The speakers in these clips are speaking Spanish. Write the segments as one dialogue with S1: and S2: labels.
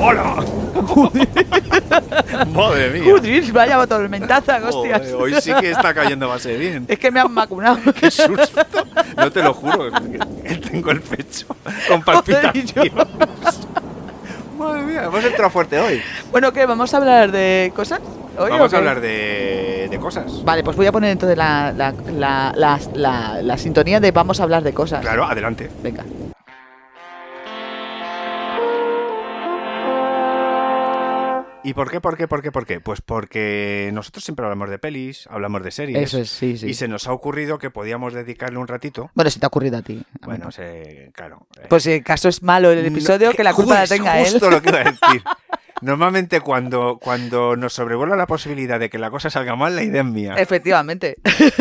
S1: ¡Hola! Madre mía.
S2: Joder, vaya tormentaza, hostias.
S1: Joder, hoy sí que está cayendo bastante bien.
S2: Es que me han vacunado.
S1: ¡Qué susto! No te lo juro, que tengo el pecho con palpitaciones. Madre mía, hemos entrado fuerte hoy.
S2: Bueno, ¿qué? ¿Vamos a hablar de cosas? ¿Hoy
S1: Vamos
S2: o qué?
S1: a hablar de cosas.
S2: Vale, pues voy a poner entonces la sintonía de vamos a hablar de cosas.
S1: Claro, adelante.
S2: Venga.
S1: ¿Y por qué? Pues porque nosotros siempre hablamos de pelis, hablamos de series.
S2: Eso es, sí.
S1: Y se nos ha ocurrido que podíamos dedicarle un ratito.
S2: Bueno, se te ha ocurrido a ti.
S1: Bueno, claro.
S2: Pues si el caso es malo el episodio, que la culpa la tenga él.
S1: Justo lo que iba a decir. Normalmente cuando nos sobrevuela la posibilidad de que la cosa salga mal, la idea es mía.
S2: Efectivamente.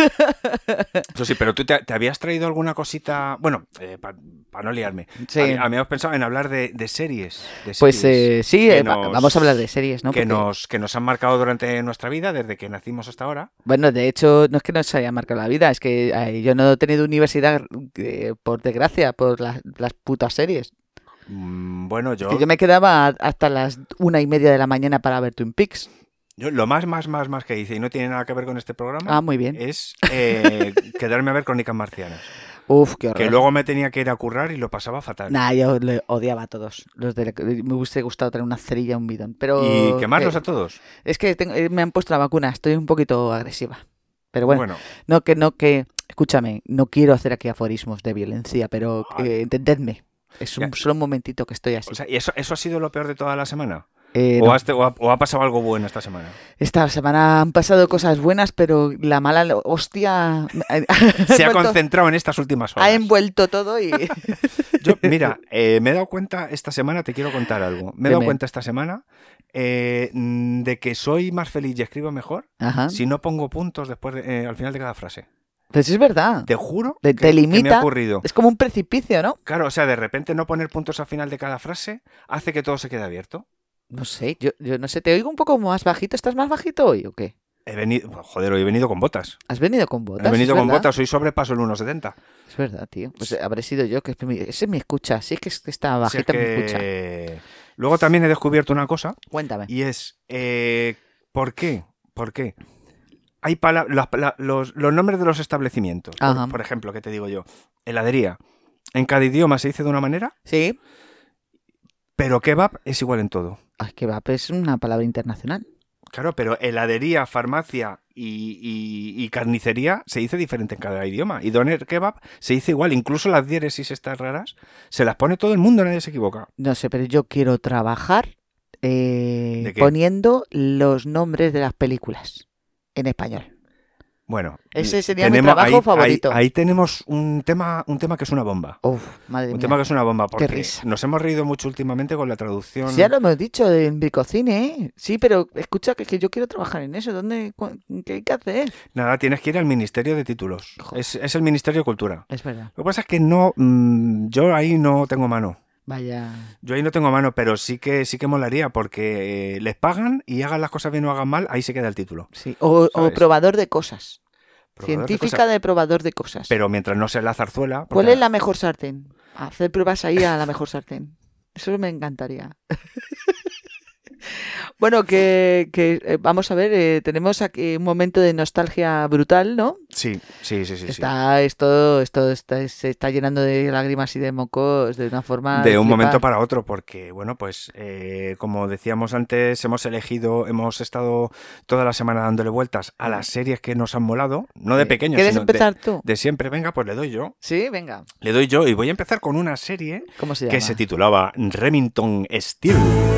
S1: Eso sí, pero tú te habías traído alguna cosita. Bueno, para no liarme.
S2: Sí.
S1: Habíamos pensado en hablar de series.
S2: Pues sí, vamos a hablar de series, ¿no?
S1: Que nos han marcado durante nuestra vida, desde que nacimos hasta ahora.
S2: Bueno, de hecho, no es que nos haya marcado la vida, es que yo no he tenido universidad, por desgracia, por las putas series.
S1: Bueno,
S2: Es que yo me quedaba hasta las 1:30 de la mañana para ver Twin Peaks.
S1: Yo lo más que hice, y no tiene nada que ver con este programa,
S2: muy bien.
S1: es quedarme a ver Crónicas Marcianas.
S2: Uf, qué horror.
S1: Que luego me tenía que ir a currar y lo pasaba fatal.
S2: Yo le odiaba a todos. Me hubiese gustado tener una cerilla, un bidón. Pero,
S1: ¿Y quemarlos a todos?
S2: Es que me han puesto la vacuna, estoy un poquito agresiva. Pero bueno. Escúchame, no quiero hacer aquí aforismos de violencia, pero entendedme. Es solo un momentito que estoy así.
S1: O sea, ¿y eso ha sido lo peor de toda la semana?
S2: No.
S1: ¿O ha pasado algo bueno esta semana?
S2: Esta semana han pasado cosas buenas, pero la mala hostia
S1: se ha concentrado en estas últimas horas.
S2: Ha envuelto todo y...
S1: Mira, me he dado cuenta esta semana, te quiero contar algo. Me he dado cuenta esta semana de que soy más feliz y escribo mejor si no pongo puntos después al final de cada frase.
S2: Pues es verdad.
S1: Te juro
S2: te limita,
S1: que me ha ocurrido.
S2: Es como un precipicio, ¿no?
S1: Claro, o sea, de repente no poner puntos al final de cada frase hace que todo se quede abierto.
S2: No sé, yo no sé, te oigo un poco más bajito. ¿Estás más bajito hoy o qué?
S1: Hoy he venido con botas.
S2: ¿Has venido con botas?
S1: He venido con botas, hoy sobrepaso el 1,70.
S2: Es verdad, tío. Pues habré sido yo, que ese me escucha. Sí, que está bajita, me escucha.
S1: Luego también he descubierto una cosa.
S2: Cuéntame.
S1: Y es, ¿por qué? Hay los nombres de los establecimientos. Por ejemplo, ¿qué te digo yo? Heladería. En cada idioma se dice de una manera.
S2: Sí.
S1: Pero kebab es igual en todo.
S2: Kebab es una palabra internacional.
S1: Claro, pero heladería, farmacia y carnicería se dice diferente en cada idioma. Y doner kebab se dice igual. Incluso las diéresis estas raras se las pone todo el mundo, nadie se equivoca.
S2: No sé, pero yo quiero trabajar poniendo los nombres de las películas en español.
S1: Bueno,
S2: ese sería mi trabajo favorito.
S1: Ahí tenemos un tema que es una bomba.
S2: Madre mía.
S1: Un tema que es una bomba, porque
S2: qué risa.
S1: Nos hemos reído mucho últimamente con la traducción.
S2: Sí, ya lo hemos dicho en Bricocine, ¿eh? Sí, pero escucha, que yo quiero trabajar en eso. ¿Qué hay que hacer?
S1: Nada, tienes que ir al Ministerio de Títulos. Es el Ministerio de Cultura.
S2: Es verdad.
S1: Lo que pasa es que yo ahí no tengo mano.
S2: Vaya.
S1: Yo ahí no tengo mano, pero sí que molaría, porque les pagan y hagan las cosas bien o hagan mal, ahí se queda el título.
S2: Sí, o probador de cosas. Científica de probador de cosas.
S1: Pero mientras no sea la zarzuela...
S2: ¿Cuál es la mejor sartén? Hacer pruebas ahí a la mejor sartén. Eso me encantaría. Bueno, vamos a ver, tenemos aquí un momento de nostalgia brutal, ¿no?
S1: Sí.
S2: Se está llenando de lágrimas y de mocos de una forma...
S1: De un momento para otro, porque, bueno, pues como decíamos antes, hemos estado toda la semana dándole vueltas a las series que nos han molado, no de pequeños,
S2: ¿Quieres
S1: sino
S2: empezar tú?
S1: De siempre. Venga, pues le doy yo.
S2: Sí, venga.
S1: Le doy yo y voy a empezar con una serie
S2: ¿Cómo se llama?
S1: Que se titulaba Remington Steele.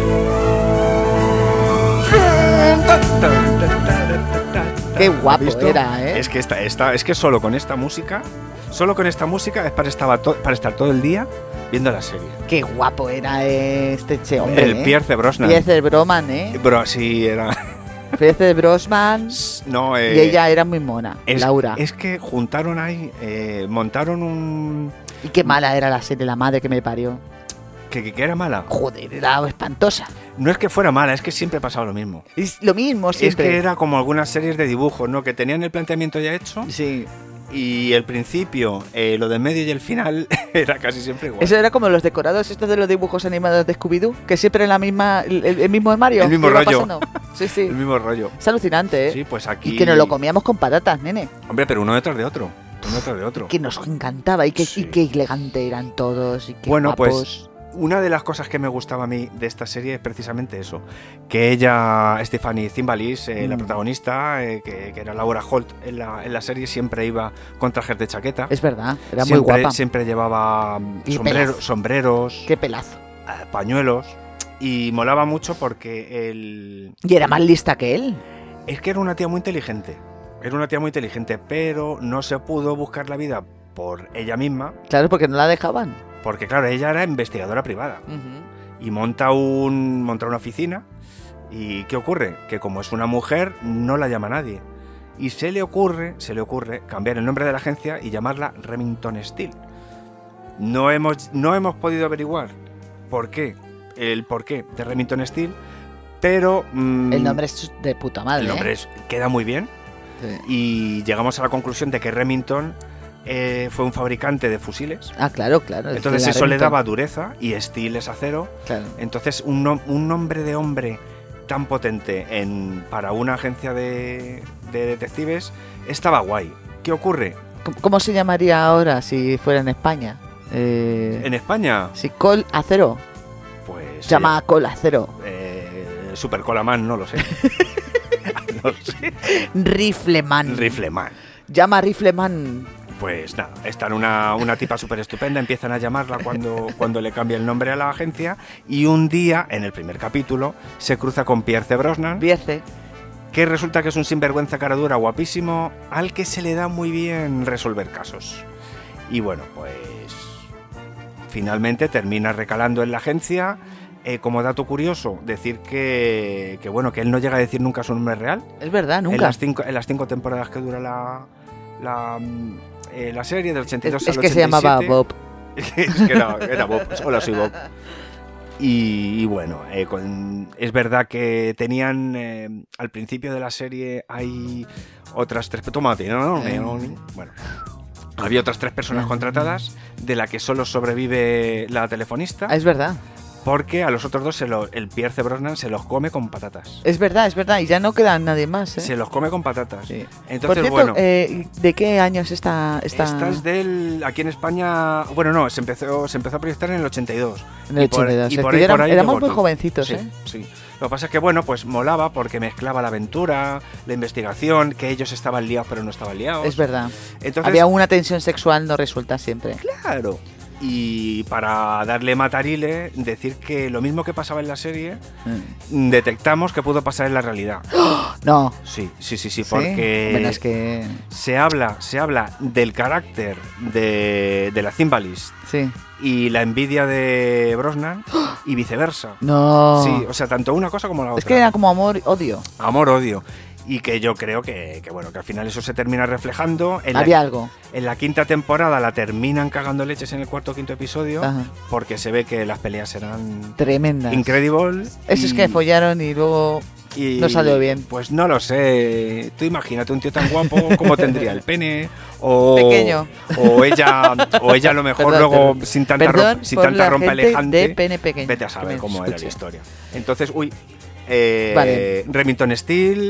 S2: Qué guapo era, ¿eh?
S1: Es que solo con esta música es para estar todo el día viendo la serie.
S2: Qué guapo era este hombre.
S1: El Pierce Brosnan.
S2: Pierce Brosnan, ¿eh?
S1: Sí, era.
S2: Pierce Brosnan.
S1: No,
S2: y ella era muy mona, Laura.
S1: Es que juntaron ahí, montaron un...
S2: Y qué mala era la serie, la madre que me parió.
S1: ¿Que era mala?
S2: Joder, era espantosa.
S1: No es que fuera mala, es que siempre pasaba lo mismo.
S2: Es lo mismo siempre.
S1: Es que era como algunas series de dibujos, ¿no? Que tenían el planteamiento ya hecho.
S2: Sí.
S1: Y el principio, lo del medio y el final era casi siempre igual.
S2: Eso era como los decorados estos de los dibujos animados de Scooby-Doo, que siempre era el mismo armario.
S1: El mismo rollo.
S2: Sí, sí.
S1: El mismo rollo.
S2: Es alucinante, ¿eh?
S1: Sí, pues aquí...
S2: Y que nos lo comíamos con patatas, nene.
S1: Hombre, pero uno detrás de otro. Uno detrás de otro.
S2: Que nos encantaba y qué elegante eran todos y qué
S1: bueno,
S2: guapos.
S1: Pues una de las cosas que me gustaba a mí de esta serie es precisamente eso, que ella, Stephanie Zimbalist, la protagonista, que era Laura Holt en la serie, siempre iba con trajes de chaqueta.
S2: Es verdad, era
S1: siempre,
S2: muy guapa.
S1: Siempre llevaba sombreros,
S2: qué pelazo,
S1: pañuelos, y molaba mucho porque
S2: Y era más lista que él.
S1: Es que era una tía muy inteligente. Era una tía muy inteligente, pero no se pudo buscar la vida por ella misma.
S2: Claro, porque no la dejaban.
S1: Porque, claro, ella era investigadora privada. Y monta una oficina. ¿Y qué ocurre? Que como es una mujer, no la llama nadie. Y se le ocurre cambiar el nombre de la agencia y llamarla Remington Steele. No hemos podido averiguar el porqué de Remington Steele, pero...
S2: el nombre es de puta madre.
S1: El nombre queda muy bien. Sí. Y llegamos a la conclusión de que Remington fue un fabricante de fusiles.
S2: Ah, claro.
S1: Entonces eso le daba dureza y Steel es acero. Claro. Entonces un nombre de hombre tan potente para una agencia de detectives estaba guay. ¿Qué ocurre?
S2: ¿Cómo se llamaría ahora si fuera en España?
S1: ¿En España?
S2: Si Col Acero.
S1: Pues...
S2: Llama a Col Acero.
S1: Super Colaman, no lo sé. No sé.
S2: Rifleman. Llama a Rifleman.
S1: Pues nada, está una tipa súper estupenda, empiezan a llamarla cuando le cambia el nombre a la agencia, y un día, en el primer capítulo, se cruza con Pierce Brosnan. Que resulta que es un sinvergüenza cara dura guapísimo, al que se le da muy bien resolver casos. Y bueno, pues finalmente termina recalando en la agencia. Como dato curioso, decir que él no llega a decir nunca su nombre real.
S2: Es verdad, nunca.
S1: En las 5 temporadas que dura la serie, del 82 al 87.
S2: Es que se llamaba Bob.
S1: Es que era Bob. Hola, soy Bob. Y bueno, es verdad que tenían al principio de la serie hay otras 3... Tómate, ¿no? Bueno, había otras 3 personas contratadas, de la que solo sobrevive la telefonista.
S2: Es verdad.
S1: Porque a los otros 2 el Pierce Brosnan se los come con patatas.
S2: Es verdad. Y ya no queda nadie más, ¿eh?
S1: Se los come con patatas. Sí.
S2: Entonces, por cierto, ¿de qué año es esta?
S1: Esta es aquí en España... Bueno, no, se empezó a proyectar en el 82.
S2: En el 82. Por ahí éramos muy jovencitos, ¿eh?
S1: Sí. Lo que pasa es que, pues molaba porque mezclaba la aventura, la investigación, que ellos estaban liados pero no estaban liados.
S2: Es verdad. Entonces, había una tensión sexual no resuelta siempre.
S1: Claro. Y para darle matarile, decir que lo mismo que pasaba en la serie, detectamos que pudo pasar en la realidad.
S2: No.
S1: Sí, porque
S2: bueno, es que...
S1: se habla del carácter de la Zimbalist.
S2: Sí.
S1: Y la envidia de Brosnan y viceversa.
S2: No.
S1: Sí, o sea, tanto una cosa como la otra.
S2: Es que era como amor-odio.
S1: Amor-odio. Y que yo creo que al final eso se termina reflejando.
S2: Había algo.
S1: En la 5ª temporada la terminan cagando leches en el 4º o 5º episodio. Ajá. Porque se ve que las peleas eran...
S2: tremendas.
S1: Incredible.
S2: Eso es que follaron y luego... no salió bien.
S1: Pues no lo sé. Tú imagínate un tío tan guapo, ¿cómo tendría el pene? O
S2: pequeño.
S1: O ella a lo mejor luego sin tanta rompa elegante.
S2: De pene pequeño.
S1: Vete a saber cómo era la historia. Entonces, vale. Remington Steele,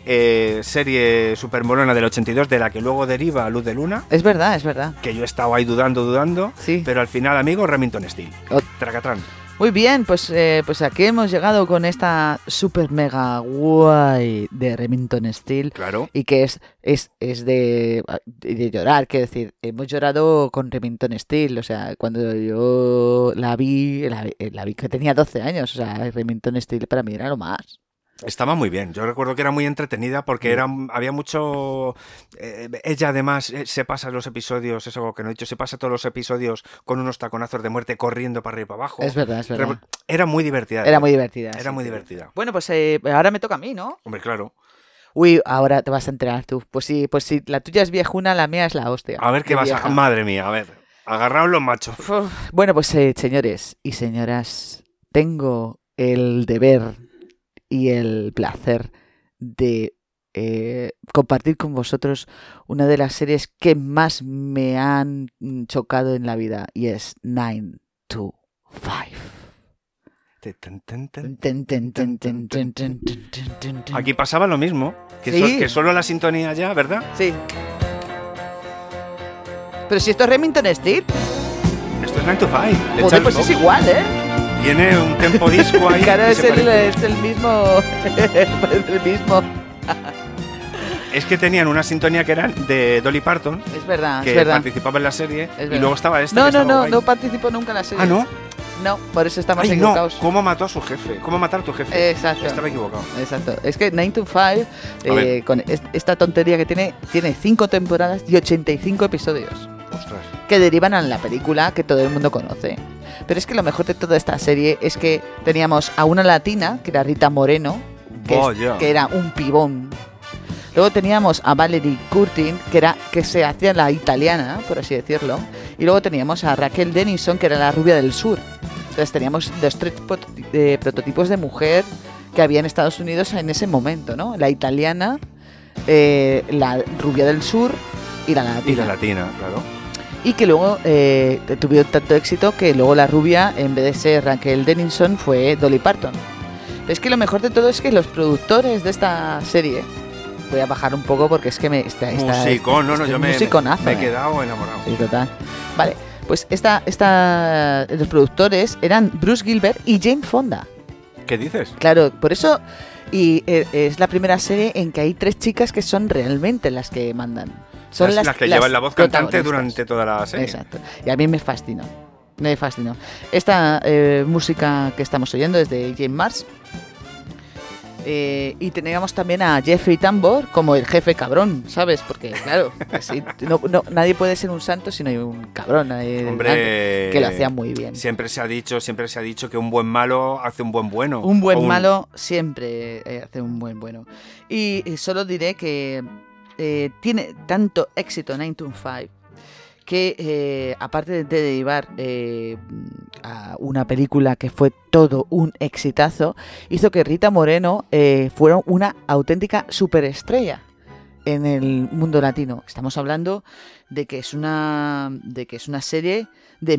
S1: serie super molona del 82, de la que luego deriva Luz de Luna.
S2: Es verdad.
S1: Que yo estaba ahí dudando.
S2: Sí.
S1: Pero al final, amigo, Remington Steele. Tracatrán.
S2: Muy bien, pues aquí hemos llegado con esta super mega guay de Remington Steele.
S1: Claro.
S2: Y que es de llorar, quiero decir, hemos llorado con Remington Steele. O sea, cuando yo la vi que tenía 12 años, o sea, Remington Steele para mí era lo más.
S1: Estaba muy bien, yo recuerdo que era muy entretenida porque había mucho... ella además se pasa los episodios, eso que no he dicho, se pasa todos los episodios con unos taconazos de muerte corriendo para arriba y para abajo.
S2: Es verdad.
S1: Era muy divertida.
S2: Era muy divertida.
S1: Era muy divertida.
S2: Bueno, pues ahora me toca a mí, ¿no?
S1: Hombre, claro.
S2: Uy, ahora te vas a enterar tú. Pues sí, la tuya es viejuna, la mía es la hostia.
S1: A ver qué vas a... Madre mía, a ver. Agarraos los machos.
S2: Bueno, pues señores y señoras, tengo el deber y el placer de compartir con vosotros una de las series que más me han chocado en la vida, y es 9 to 5.
S1: Aquí pasaba lo mismo, que solo la sintonía ya, ¿verdad?
S2: Sí. Pero si esto es Remington Steele.
S1: Esto es 9 to 5.
S2: Joder, pues es igual, ¿eh?
S1: Tiene un tempo disco ahí.
S2: Claro, es el mismo. El mismo.
S1: Es que tenían una sintonía que era de Dolly Parton.
S2: Es verdad,
S1: que participaba en la serie. Y luego estaba esta.
S2: No participó nunca en la serie.
S1: ¿Ah, no?
S2: No, por eso estamos equivocados.
S1: No. ¿Cómo mató a su jefe? ¿Cómo matar a tu jefe?
S2: Exacto.
S1: Estaba equivocado.
S2: Exacto. Es que 9 to 5, con esta tontería que tiene 5 temporadas y 85 episodios.
S1: Ostras.
S2: Que derivan en la película que todo el mundo conoce. Pero es que lo mejor de toda esta serie es que teníamos a una latina, que era Rita Moreno, que era un pibón. Luego teníamos a Valerie Curtin, que se hacía la italiana, por así decirlo. Y luego teníamos a Raquel Dennison, que era la rubia del sur. Entonces teníamos los 3 prototipos de mujer que había en Estados Unidos en ese momento, ¿no? La italiana, la rubia del sur y la latina.
S1: Y la latina, claro.
S2: Y que luego tuvieron tanto éxito que luego la rubia, en vez de ser Raquel Dennison, fue Dolly Parton. Pero es que lo mejor de todo es que los productores de esta serie... Voy a bajar un poco porque es que
S1: yo me he quedado enamorado.
S2: Sí, total. Vale, pues los productores eran Bruce Gilbert y Jane Fonda.
S1: ¿Qué dices?
S2: Claro, por eso y es la primera serie en que hay 3 chicas que son realmente las que mandan. Son
S1: las que llevan la voz cantante durante toda la serie.
S2: Exacto. Y a mí me fascinó. Esta música que estamos oyendo es de Jane Mars. Y teníamos también a Jeffrey Tambor como el jefe cabrón, ¿sabes? Porque, claro, nadie puede ser un santo si no hay un cabrón.
S1: Hombre,
S2: que lo hacía muy bien.
S1: Siempre se ha dicho que un buen malo hace un buen bueno.
S2: Un buen malo siempre hace un buen bueno. Y solo diré que tiene tanto éxito 9 to 5 que aparte de derivar a una película que fue todo un exitazo, hizo que Rita Moreno fuera una auténtica superestrella en el mundo latino. Estamos hablando de que es una serie de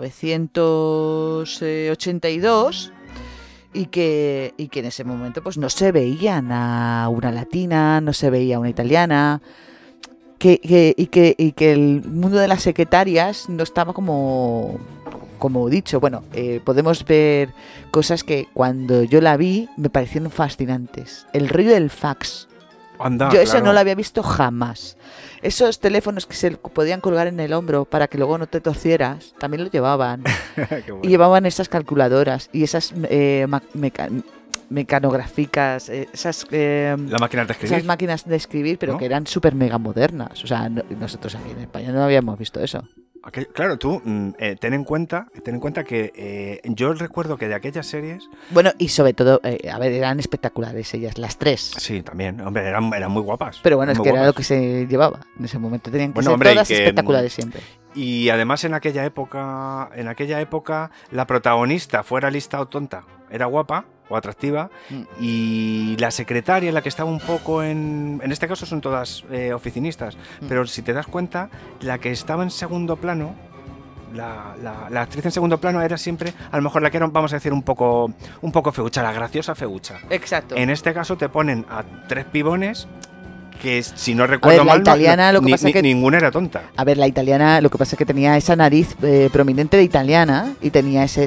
S2: 1982 y que en ese momento pues no se veían a una latina, no se veía a una italiana. Y que el mundo de las secretarias no estaba como dicho. Bueno, podemos ver cosas que cuando yo la vi me parecieron fascinantes. El rollo del fax. Yo eso no lo había visto jamás. Esos teléfonos que se podían colgar en el hombro para que luego no te torcieras, también lo llevaban. Bueno. Y llevaban esas calculadoras y esas mecanográficas, esas máquinas de escribir, pero ¿no? Que eran súper mega modernas. O sea, nosotros aquí en España no habíamos visto eso.
S1: Claro, tú ten en cuenta que yo recuerdo que de aquellas series...
S2: Bueno, y sobre todo, eran espectaculares ellas, las 3.
S1: Sí, también, hombre, eran muy guapas.
S2: Pero bueno, es que era lo que se llevaba en ese momento. Tenían que ser todas espectaculares siempre.
S1: Y además en aquella época la protagonista, fuera lista o tonta, era guapa o atractiva, y la secretaria, la que estaba un poco en este caso son todas oficinistas, pero si te das cuenta, la que estaba en segundo plano, la actriz en segundo plano era siempre, a lo mejor la que era, vamos a decir, un poco feucha, la graciosa feucha.
S2: Exacto.
S1: En este caso te ponen a 3 pibones que, si no recuerdo mal, ninguna era tonta.
S2: A ver, la italiana, lo que pasa es que tenía esa nariz prominente de italiana y tenía ese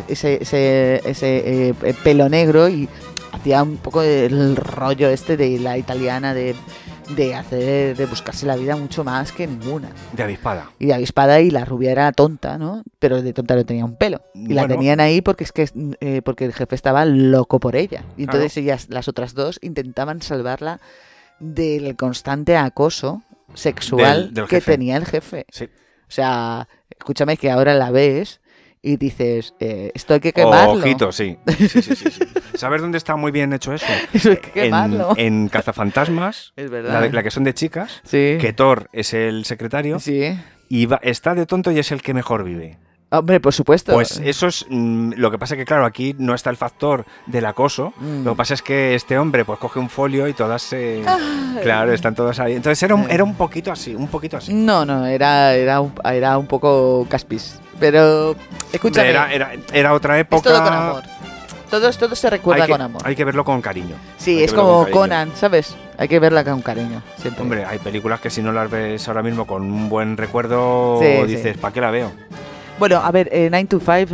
S2: pelo negro y hacía un poco el rollo de la italiana de buscarse la vida mucho más que ninguna.
S1: De avispada.
S2: Y de avispada, y la rubia era tonta, ¿no? Pero de tonta no tenía un pelo. Y la tenían ahí porque el jefe estaba loco por ella. Y entonces ellas, las otras dos, intentaban salvarla del constante acoso sexual del que tenía el jefe.
S1: Sí.
S2: O sea, escúchame, que ahora la ves y dices, esto hay que quemarlo.
S1: Ojito, sí. ¿Sabes dónde está muy bien hecho eso?
S2: Eso hay que quemarlo.
S1: En Cazafantasmas,
S2: es verdad.
S1: La que son de chicas,
S2: sí.
S1: Que Thor es el secretario,
S2: sí.
S1: Y está de tonto y es el que mejor vive.
S2: Hombre, por supuesto.
S1: Pues eso es lo que pasa es que, claro, aquí no está el factor del acoso. Lo que pasa es que este hombre pues coge un folio y todas se... Claro, están todas ahí. Entonces era un poquito así, un poquito así.
S2: No, era un poco caspis. Pero, escúchame.
S1: Era otra época.
S2: Es todo con amor. Todo se recuerda con amor.
S1: Hay que verlo con cariño.
S2: Sí, es como Conan, ¿sabes? Hay que verla con cariño. Siempre.
S1: Hombre, hay películas que si no las ves ahora mismo con un buen recuerdo, dices, ¿para qué la veo?
S2: Bueno, a ver, 9 to 5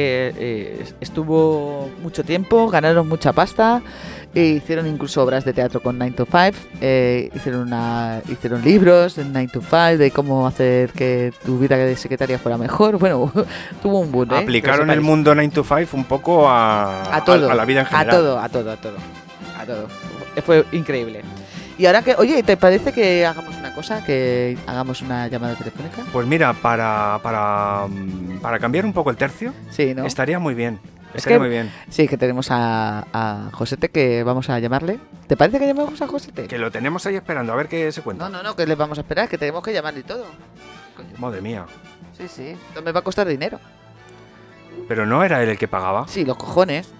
S2: estuvo mucho tiempo, ganaron mucha pasta, hicieron incluso obras de teatro con 9 to 5, hicieron libros en 9 to 5 de cómo hacer que tu vida de secretaria fuera mejor. Bueno, tuvo un boom.
S1: Aplicaron el mundo 9 to 5 un poco a la vida en general.
S2: A todo. Fue increíble. Y ahora que, oye, ¿te parece que hagamos una cosa? ¿Que hagamos una llamada telefónica?
S1: Pues mira, para cambiar un poco el tercio,
S2: sí, ¿no?
S1: Estaría muy bien. Muy bien.
S2: Sí, que tenemos a Josete, que vamos a llamarle. ¿Te parece que llamemos a Josete?
S1: Que lo tenemos ahí esperando, a ver qué se cuenta.
S2: No, que le vamos a esperar, que tenemos que llamarle y todo.
S1: Coño. Madre mía.
S2: Sí. Esto me va a costar dinero.
S1: Pero no era él el que pagaba.
S2: Sí, los cojones.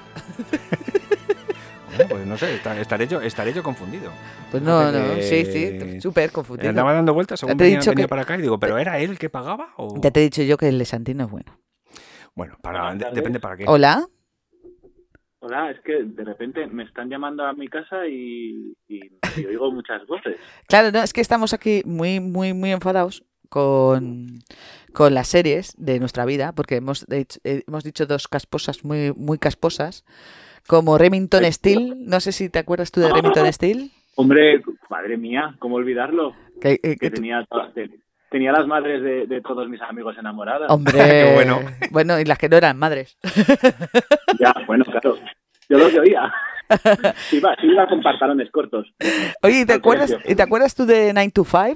S1: Pues no sé, estaré yo confundido.
S2: Pues no, sí, súper confundido.
S1: Andaba dando vueltas según venía para acá y digo, ¿pero era él el que pagaba? ¿O?
S2: Ya te he dicho yo que el de Santino es bueno.
S1: Bueno, depende para qué.
S2: ¿Hola?
S3: Hola, es que de repente me están llamando a mi casa y oigo muchas voces.
S2: Claro, no, es que estamos aquí muy, muy, muy enfadados con las series de nuestra vida, porque hemos dicho dos casposas muy, muy casposas. Como Remington Steel, no sé si te acuerdas tú de Remington Steel.
S3: Hombre, madre mía, ¿cómo olvidarlo? Que tenía las madres de todos mis amigos enamoradas.
S2: Hombre,
S1: qué bueno.
S2: Bueno, y las que no eran madres.
S3: Ya, bueno, claro, yo lo que oía. Iba con pantalones cortos.
S2: Oye, ¿te acuerdas tú de 9 to 5?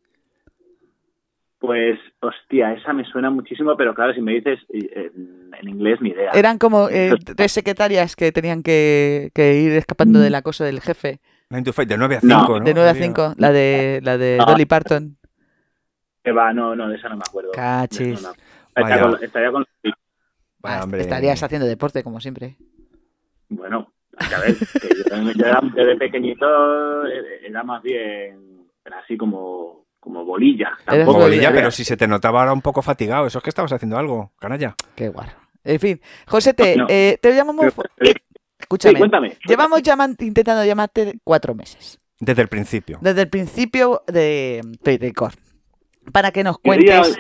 S3: Pues, hostia, esa me suena muchísimo, pero claro, si me dices en inglés, ni idea.
S2: Eran como 3 secretarias que tenían que ir escapando del acoso del jefe.
S1: 9 to 5, de 9 a 5, ¿no?
S2: De 9 a 5, la de Dolly Parton.
S3: Que va, no, de esa no me acuerdo.
S2: Cachis.
S3: Estaría con...
S2: Estarías haciendo deporte, como siempre.
S3: Bueno, a ver, que yo desde pequeñito era más bien, era así como bolilla.
S1: Tampoco bolilla, pero si se te notaba ahora un poco fatigado, eso es que estabas haciendo algo, canalla.
S2: Qué guarro. En fin, Josete, te llamamos... Escúchame, sí,
S3: cuéntame.
S2: Llevamos intentando llamarte 4 meses.
S1: Desde el principio.
S2: Desde el principio de Playrecord. Para que nos cuentes...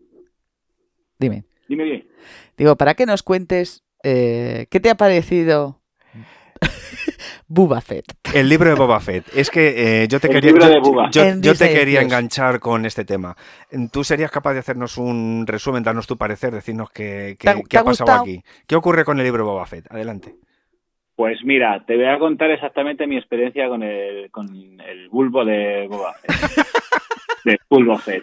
S2: Dime. Digo, para que nos cuentes qué te ha parecido... Boba Fett.
S1: El libro de Boba Fett. Es que yo te quería enganchar con este tema. ¿Tú serías capaz de hacernos un resumen, darnos tu parecer, decirnos qué ha pasado aquí? ¿Qué ocurre con el libro de Boba Fett? Adelante.
S3: Pues mira, te voy a contar exactamente mi experiencia con el bulbo de Boba Fett. De Boba Fett.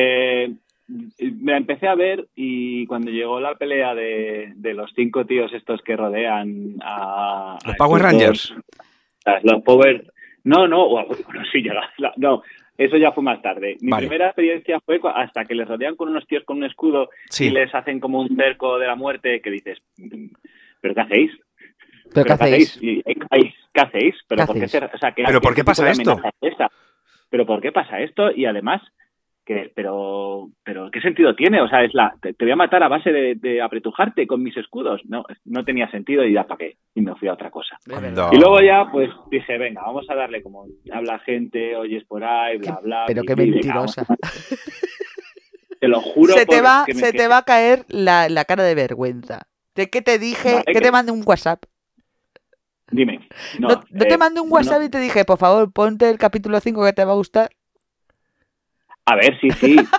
S3: Me la empecé a ver y cuando llegó la pelea de los 5 tíos estos que rodean a
S1: los Power Rangers.
S3: Los Power... No, sí llega. No, eso ya fue más tarde. Mi primera experiencia fue hasta que les rodean con unos tíos con un escudo y les hacen como un cerco de la muerte que dices, ¿pero qué hacéis?
S2: ¿Pero qué hacéis?
S3: ¿Qué hacéis? ¿Pero
S1: por qué pasa esto?
S3: ¿Pero por qué pasa esto? Y además... pero ¿qué sentido tiene? O sea, te voy a matar a base de apretujarte con mis escudos. No tenía sentido y ya para qué. Y me fui a otra cosa. Y luego ya, pues dije, venga, vamos a darle como habla gente, oyes por ahí, bla, bla.
S2: Pero qué mentirosa.
S3: Te lo juro.
S2: Se te va a caer la cara de vergüenza. ¿De qué te dije? Vale, que te mandé un WhatsApp.
S3: Dime.
S2: No te mandé un WhatsApp y te dije, por favor, ponte el capítulo 5 que te va a gustar.
S3: A ver, sí.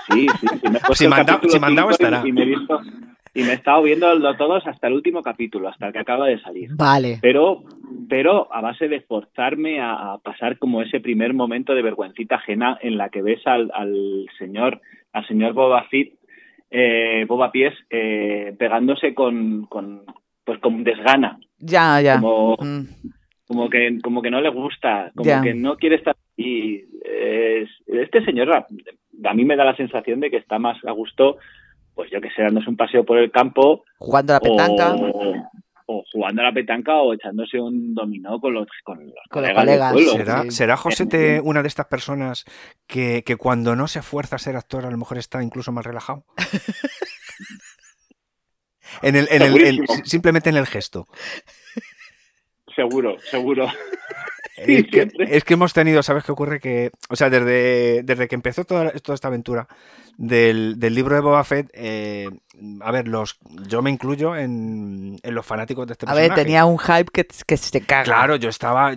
S1: Si mandado estará.
S3: Y me he estado viendo todos hasta el último capítulo, hasta el que acaba de salir.
S2: Vale.
S3: Pero a base de forzarme a pasar como ese primer momento de vergüencita ajena en la que ves al señor Boba Fett, Boba Pies, pegándose con desgana.
S2: Ya.
S3: Como que no le gusta, que no quiere estar. Y este señor a mí me da la sensación de que está más a gusto pues yo que sé, dándose un paseo por el campo.
S2: Jugando a la petanca.
S3: O jugando a la petanca o echándose un dominó con los colegas del pueblo.
S1: ¿Será Josete una de estas personas que cuando no se esfuerza a ser actor a lo mejor está incluso más relajado? Simplemente en el gesto.
S3: Seguro.
S1: Es que hemos tenido, ¿sabes qué ocurre? Que, o sea, desde que empezó toda esta aventura del libro de Boba Fett, a ver, yo me incluyo en los fanáticos de este personaje.
S2: A ver, tenía un hype que se caga.
S1: Claro, yo estaba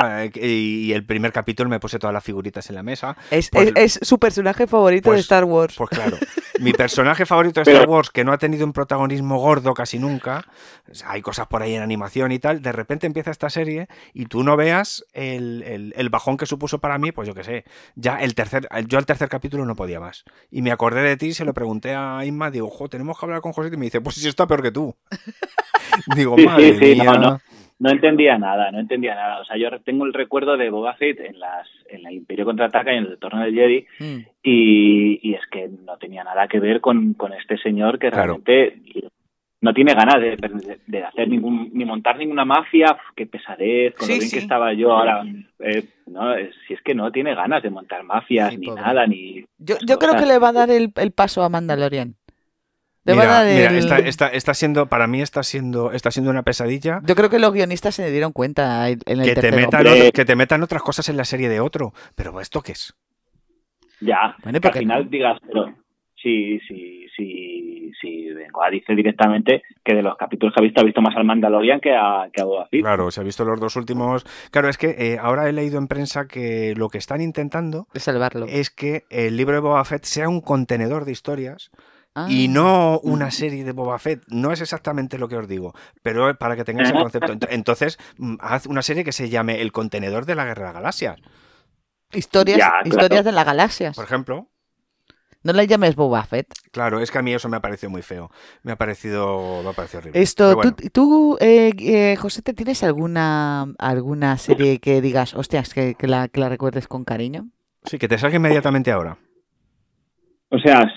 S1: y el primer capítulo me puse todas las figuritas en la mesa.
S2: Es su personaje favorito de Star Wars.
S1: Pues claro, mi personaje favorito de Star Wars, que no ha tenido un protagonismo gordo casi nunca, o sea, hay cosas por ahí en animación y tal, de repente empieza esta serie y tú no veas el bajón que supuso para mí, pues yo qué sé, yo al tercer capítulo no podía más. Y me acordé de ti y se lo pregunté a Inma, digo, tenemos que hablar con José, y me dice, pues sí, está peor que tú. Digo, madre mía.
S3: No entendía nada. O sea, yo tengo el recuerdo de Boba Fett en el Imperio Contraataca y en el Retorno del Jedi, y es que no tenía nada que ver con este señor que realmente no tiene ganas de hacer ni montar ninguna mafia. Qué pesadez, con lo bien que estaba yo ahora. Si es que no tiene ganas de montar mafias, ni pobre. Nada, ni...
S2: Yo creo que le va a dar el paso a Mandalorian.
S1: Mira, está siendo, para mí está siendo una pesadilla.
S2: Yo creo que los guionistas se dieron cuenta en el
S1: que te metan otras cosas en la serie de otro. Pero ¿esto qué es?
S3: Ya, bueno, que al final digas, pero si Bengoa dice directamente que de los capítulos que ha visto más al Mandalorian que a Boba Fett.
S1: Claro, se ha visto los dos últimos. Claro, es que ahora he leído en prensa que lo que están intentando
S2: es salvarlo.
S1: Es que el libro de Boba Fett sea un contenedor de historias. Y no una serie de Boba Fett. No es exactamente lo que os digo, pero para que tengáis el concepto. Entonces, haz una serie que se llame El contenedor de la Guerra de las Galaxias.
S2: Historias de las galaxias.
S1: Por ejemplo.
S2: No la llames Boba Fett.
S1: Claro, es que a mí eso me ha parecido muy feo. Me ha parecido horrible.
S2: Esto, bueno. Tú José, ¿te tienes alguna serie que digas, hostias, que la recuerdes con cariño?
S1: Sí, que te salga inmediatamente ahora.
S3: O sea,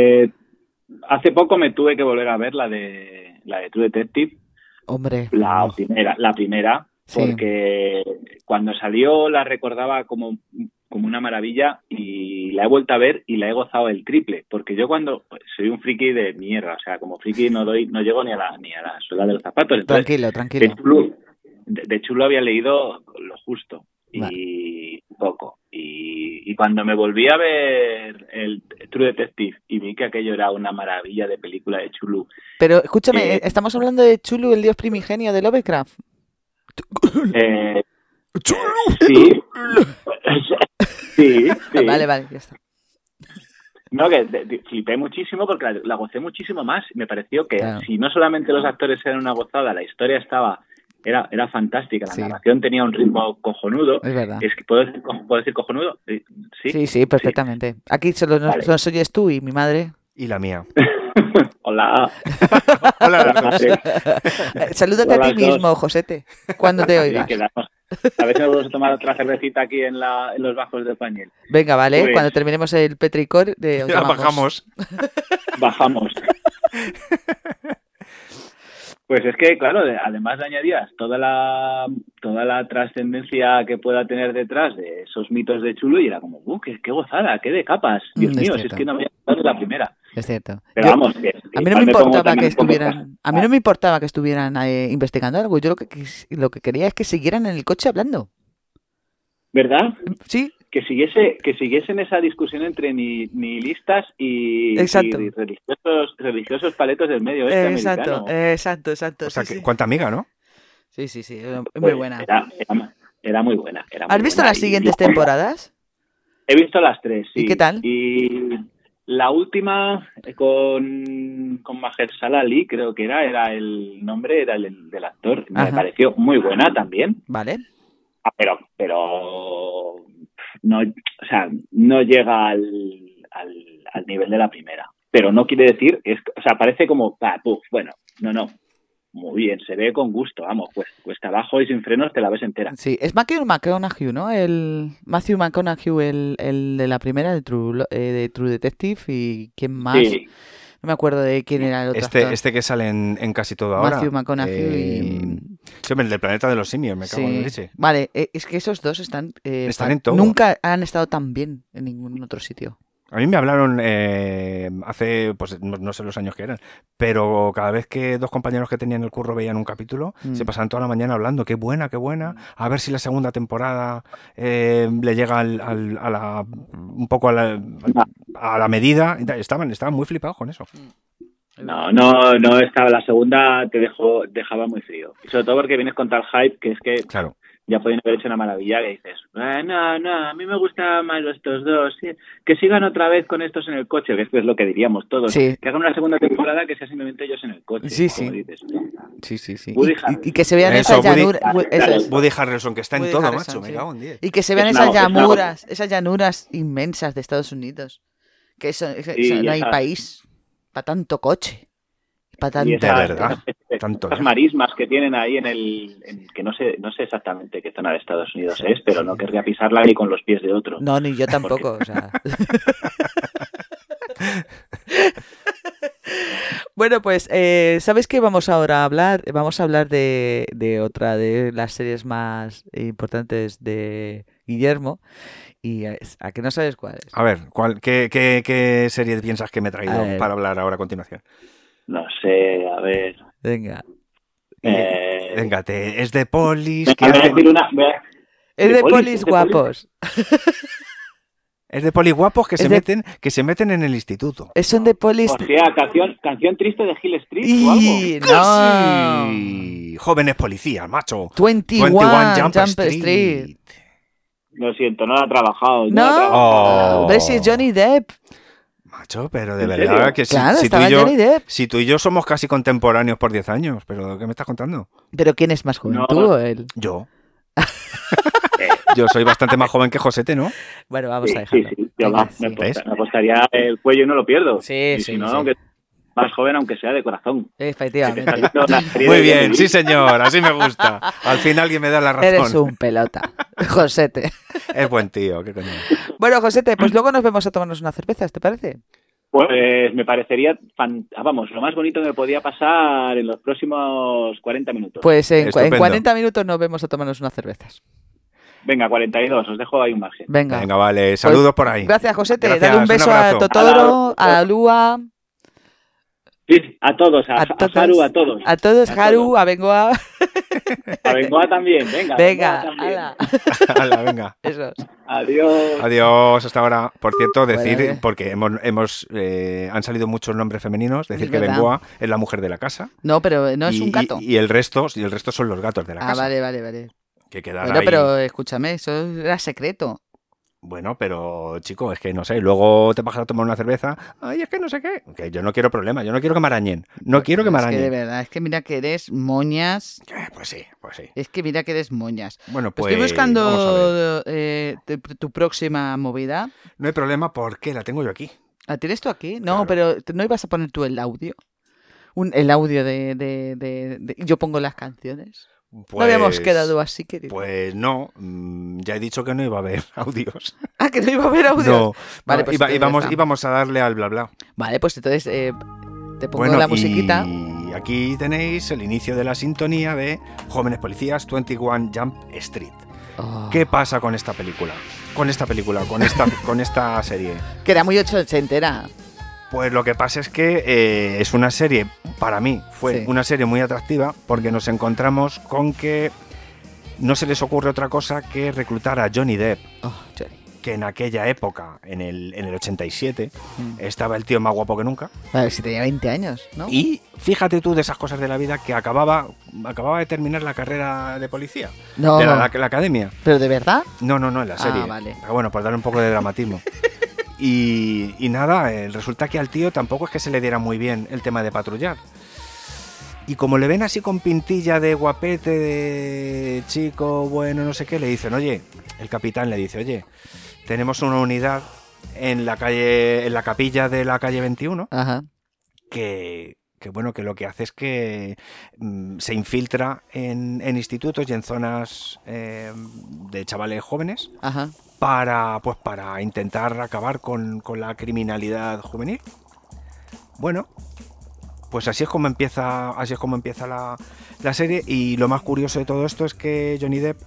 S3: hace poco me tuve que volver a ver la de True Detective.
S2: Hombre.
S3: La primera, porque cuando salió la recordaba como una maravilla y la he vuelto a ver y la he gozado el triple, porque yo soy un friki de mierda, o sea, como friki no llego ni a la suela de los zapatos.
S2: Entonces, tranquilo.
S3: De chulo había leído lo justo y poco. Y cuando me volví a ver el True Detective y vi que aquello era una maravilla de película de Chulu.
S2: Pero escúchame, ¿estamos hablando de Chulu, el dios primigenio de Lovecraft?
S3: Sí.
S2: Vale, ya está.
S3: No, que flipé muchísimo porque la gocé muchísimo más. Me pareció que si no solamente los actores eran una gozada, la historia era fantástica. La narración tenía un ritmo cojonudo.
S2: Es verdad.
S3: Es que ¿puedo decir cojonudo?
S2: Sí, perfectamente. Sí. Aquí solo nos oyes tú y mi madre.
S1: Y la mía.
S3: Hola.
S1: Hola.
S2: Salúdate a ti mismo, Josete, cuando te oigas.
S3: A ver si nos vamos a tomar otra cervecita aquí en los bajos de Pañel.
S2: Venga, vale, pues, cuando terminemos el Petricor
S1: ya bajamos.
S3: Pues es que, claro, además le añadías toda la trascendencia que pueda tener detrás de esos mitos de Chulu y era como, qué gozada, qué de capas. Dios mío, si es que no me había dado la primera.
S2: Es cierto.
S3: Pero vamos,
S2: a mí no me importaba que estuvieran, investigando algo. Yo lo que quería es que siguieran en el coche hablando.
S3: ¿Verdad?
S2: Sí.
S3: Que siguiesen esa discusión entre nihilistas y religiosos paletos del medio oeste americano.
S2: Exacto.
S1: O sea, cuánta amiga, ¿no?
S2: Sí, muy buena.
S3: Era muy buena.
S2: ¿Has visto las siguientes temporadas?
S3: He visto las 3, sí.
S2: ¿Y qué tal?
S3: Y la última con Mahershala Ali, creo que era el nombre, era el del actor. Me pareció muy buena también.
S2: Vale.
S3: Pero no, o sea, no llega al nivel de la primera. Pero no quiere decir, parece como, bueno, no. Muy bien, se ve con gusto, vamos, pues cuesta abajo y sin frenos te la ves entera.
S2: Sí, es Matthew McConaughey, ¿no? Matthew McConaughey, el de la primera de True Detective, y ¿quién más?
S3: Sí.
S2: No me acuerdo de quién era el otro actor.
S1: Este que sale en casi todo ahora.
S2: Matthew McConaughey
S1: Sí, el del Planeta de los Simios, me cago en leche.
S2: Vale, es que esos dos están
S1: en todo.
S2: Nunca han estado tan bien en ningún otro sitio.
S1: A mí me hablaron hace, pues no sé los años que eran, pero cada vez que dos compañeros que tenían el curro veían un capítulo, se pasaban toda la mañana hablando, qué buena, a ver si la segunda temporada le llega un poco a la medida. Estaban muy flipados con eso.
S3: No estaba, la segunda dejaba muy frío. Y sobre todo porque vienes con tal hype que es que...
S1: Claro.
S3: Ya podían haber hecho una maravilla que dices, no, a mí me gustan más estos dos, sí, que sigan otra vez con estos en el coche, que es lo que diríamos todos, que hagan una segunda temporada que sea simplemente ellos en el coche, como dices.
S2: Sí. Y que se vean esas llanuras.
S1: Woody Harrelson, que está en todo, macho, me cago en 10.
S2: Y que se vean esas llanuras inmensas de Estados Unidos, que eso no hay país para tanto coche.
S1: De verdad.
S3: Las marismas que tienen ahí que no sé exactamente qué zona de Estados Unidos es, pero no querría pisarla ni con los pies de otro.
S2: No, ni yo tampoco. O sea. Bueno, pues, ¿sabes qué vamos ahora a hablar? Vamos a hablar de otra de las series más importantes de Guillermo. ¿Y a qué no sabes cuál es?
S1: A ver, ¿qué serie piensas que me he traído para hablar ahora a continuación?
S3: No sé, a ver.
S2: Venga.
S1: Venga, es de polis.
S2: Es de polis guapos.
S1: Es de polis guapos que se meten en el instituto.
S2: Son de polis.
S3: O sea, canción triste de Hill Street o algo.
S2: No.
S1: Sí. Jóvenes policías, macho.
S2: 21 Jump Street.
S3: Lo siento, no la ha trabajado.
S2: Hombre, si es Johnny Depp.
S1: Macho, pero de verdad que si tú y yo somos casi contemporáneos por 10 años, pero ¿qué me estás contando?
S2: ¿Pero quién es más joven, tú o él?
S1: Yo. Yo soy bastante más joven que Josete, ¿no?
S2: Bueno, vamos a dejarlo.
S3: Sí. Yo me apostaría el cuello y no lo pierdo.
S2: Sí.
S3: Aunque más joven, aunque sea de corazón.
S2: Efectivamente.
S1: Muy bien, sí señor, así me gusta. Al fin alguien me da la razón.
S2: Eres un pelota, Josete.
S1: Es buen tío, qué coño.
S2: Bueno, Josete, pues luego nos vemos a tomarnos unas cervezas, ¿te parece?
S3: Pues me parecería, lo más bonito que me podía pasar en los próximos 40 minutos.
S2: Pues en 40 minutos nos vemos a tomarnos unas cervezas.
S3: Venga, 42, os dejo ahí un margen.
S2: Venga,
S1: vale, saludos por ahí.
S2: Gracias, Josete. Dale un beso a Totoro, a Lua.
S3: Sí, a todos, a Haru, a todos.
S2: A todos, Haru, a Bengoa.
S3: A Bengoa también, venga.
S1: Hala, venga.
S2: Esos.
S3: Adiós,
S1: hasta ahora. Por cierto, decir, porque han salido muchos nombres femeninos, decir que Bengoa es la mujer de la casa.
S2: No, pero no es un gato.
S1: Y el resto son los gatos de la casa.
S2: Vale.
S1: Que quedará
S2: bueno,
S1: ahí.
S2: pero escúchame, eso era secreto.
S1: Bueno, pero chico, es que no sé, luego te vas a tomar una cerveza, ay, es que no sé qué, que yo no quiero problemas, yo no quiero que me arañen, quiero que me arañen.
S2: Es que de verdad, es que mira que eres moñas.
S1: Pues sí.
S2: Es que mira que eres moñas.
S1: Bueno, pues
S2: estoy buscando tu próxima movida.
S1: No hay problema porque la tengo yo aquí.
S2: ¿La tienes tú aquí? No,
S1: claro.
S2: Pero ¿no ibas a poner tú el audio? El audio de yo pongo las canciones.
S1: Pues,
S2: no habíamos quedado así, querido.
S1: Pues no, ya he dicho que no iba a haber audios.
S2: Ah, que no iba a haber audios.
S1: No,
S2: vale, pues
S1: íbamos a darle al bla bla.
S2: Vale, pues entonces te pongo la musiquita.
S1: Y aquí tenéis el inicio de la sintonía de Jóvenes Policías 21 Jump Street.
S2: Oh.
S1: ¿Qué pasa con esta película? Con esta serie.
S2: Que era muy ochentera.
S1: Pues lo que pasa es que es una serie, para mí, fue una serie muy atractiva porque nos encontramos con que no se les ocurre otra cosa que reclutar a Johnny Depp.
S2: Johnny.
S1: Que en aquella época, en el 87, estaba el tío más guapo que nunca.
S2: Vale, si tenía 20 años, ¿no?
S1: Y fíjate tú de esas cosas de la vida que acababa de terminar la carrera de policía.
S2: No.
S1: De la academia.
S2: ¿Pero de verdad?
S1: No, en la serie.
S2: Vale.
S1: Pero bueno, por darle un poco de dramatismo. Y nada, resulta que al tío tampoco es que se le diera muy bien el tema de patrullar. Y como le ven así con pintilla de guapete, de chico, bueno, no sé qué, le dicen, oye, el capitán le dice, oye, tenemos una unidad en la capilla de la calle 21,
S2: Ajá.
S1: que bueno, que lo que hace es que se infiltra en institutos y en zonas de chavales jóvenes.
S2: Ajá.
S1: Para intentar acabar con la criminalidad juvenil. Bueno, pues así es como empieza la serie, y lo más curioso de todo esto es que Johnny Depp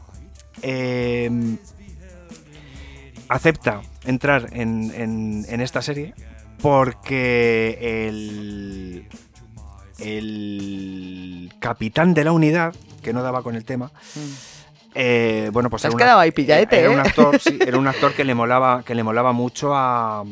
S1: acepta entrar en esta serie porque el capitán de la unidad, que no daba con el tema, bueno, pues
S2: has quedado ahí pilladete,
S1: era un actor, sí, era un actor que le molaba mucho a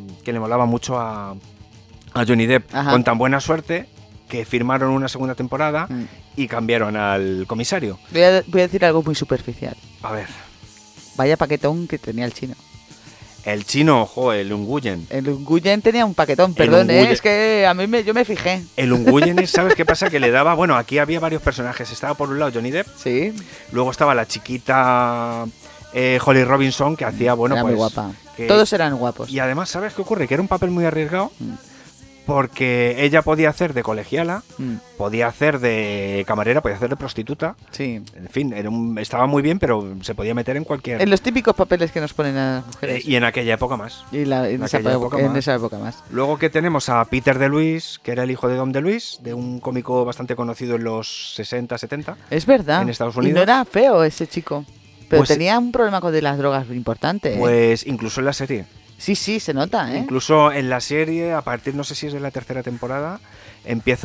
S1: Johnny Depp. Ajá. Con tan buena suerte que firmaron una segunda temporada y cambiaron al comisario.
S2: Voy a decir algo muy superficial.
S1: A ver.
S2: Vaya paquetón que tenía el chino.
S1: El chino, ojo, el Unguyen.
S2: El Unguyen tenía un paquetón, perdón, es que yo me fijé.
S1: El Unguyen, ¿sabes qué pasa? Que le daba, bueno, aquí había varios personajes. Estaba por un lado Johnny Depp.
S2: Sí.
S1: Luego estaba la chiquita Holly Robinson, que hacía, bueno,
S2: era
S1: pues...
S2: muy guapa. Todos eran guapos.
S1: Y además, ¿sabes qué ocurre? Que era un papel muy arriesgado. Porque ella podía hacer de colegiala, podía hacer de camarera, podía hacer de prostituta.
S2: Sí.
S1: En fin, estaba muy bien, pero se podía meter en cualquier...
S2: En los típicos papeles que nos ponen a las mujeres.
S1: Y en aquella época más.
S2: Y en esa época más.
S1: Luego que tenemos a Peter DeLuise, que era el hijo de Dom DeLuise, de un cómico bastante conocido en los 60, 70.
S2: Es verdad.
S1: En Estados Unidos.
S2: Y no era feo ese chico. Pero pues, tenía un problema con las drogas importante.
S1: Pues incluso en la serie.
S2: Sí, se nota, ¿eh?
S1: Incluso en la serie, a partir, no sé si es de la tercera temporada, se empieza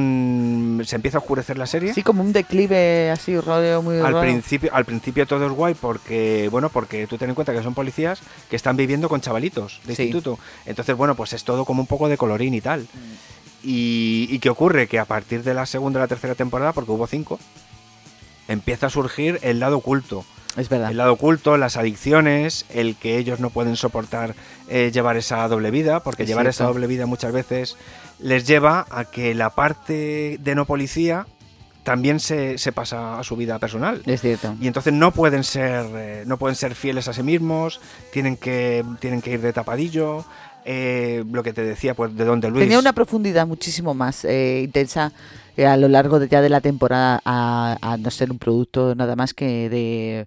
S1: a oscurecer la serie.
S2: Sí, como un declive así, rollo muy raro.
S1: Al principio todo es guay porque tú ten en cuenta que son policías que están viviendo con chavalitos de instituto. Entonces, bueno, pues es todo como un poco de colorín y tal. ¿Y qué ocurre? Que a partir de la segunda o la tercera temporada, porque hubo 5, empieza a surgir el lado oculto.
S2: Es verdad.
S1: El lado oculto, las adicciones, el que ellos no pueden soportar llevar esa doble vida, porque llevar esa doble vida muchas veces les lleva a que la parte de no policía también se pasa a su vida personal.
S2: Es cierto.
S1: Y entonces no pueden ser fieles a sí mismos, tienen que ir de tapadillo. Lo que te decía, pues de Don DeLuise.
S2: Tenía una profundidad muchísimo más intensa a lo largo de la temporada, a no ser un producto nada más que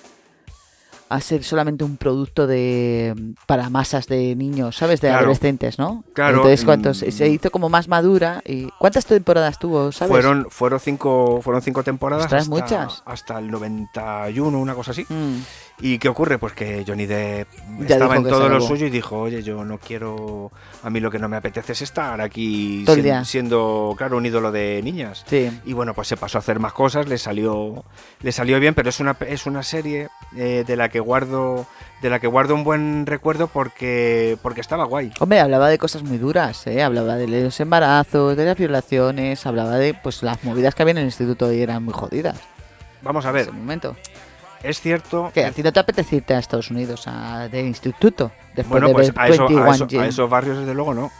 S2: a ser solamente un producto para masas de niños, ¿sabes? De adolescentes, ¿no?
S1: Claro.
S2: Entonces, se hizo como más madura. Y ¿cuántas temporadas tuvo, sabes?
S1: Fueron cinco temporadas.
S2: Ostras, muchas.
S1: Hasta el 91, una cosa así. ¿Y qué ocurre? Pues que Johnny Depp estaba en todo lo suyo y dijo, oye, yo no quiero... A mí lo que no me apetece es estar aquí siendo, claro, un ídolo de niñas.
S2: Sí.
S1: Y bueno, pues se pasó a hacer más cosas, le salió bien, pero es una serie de la que guardo un buen recuerdo porque estaba guay.
S2: Hombre, hablaba de cosas muy duras, hablaba de los embarazos, de las violaciones, hablaba de pues las movidas que había en el instituto y eran muy jodidas.
S1: Vamos a ver.
S2: En ese momento.
S1: Es cierto...
S2: Que a ti no te apetece irte a Estados Unidos de instituto después
S1: bueno, pues
S2: de
S1: a esos barrios desde luego no.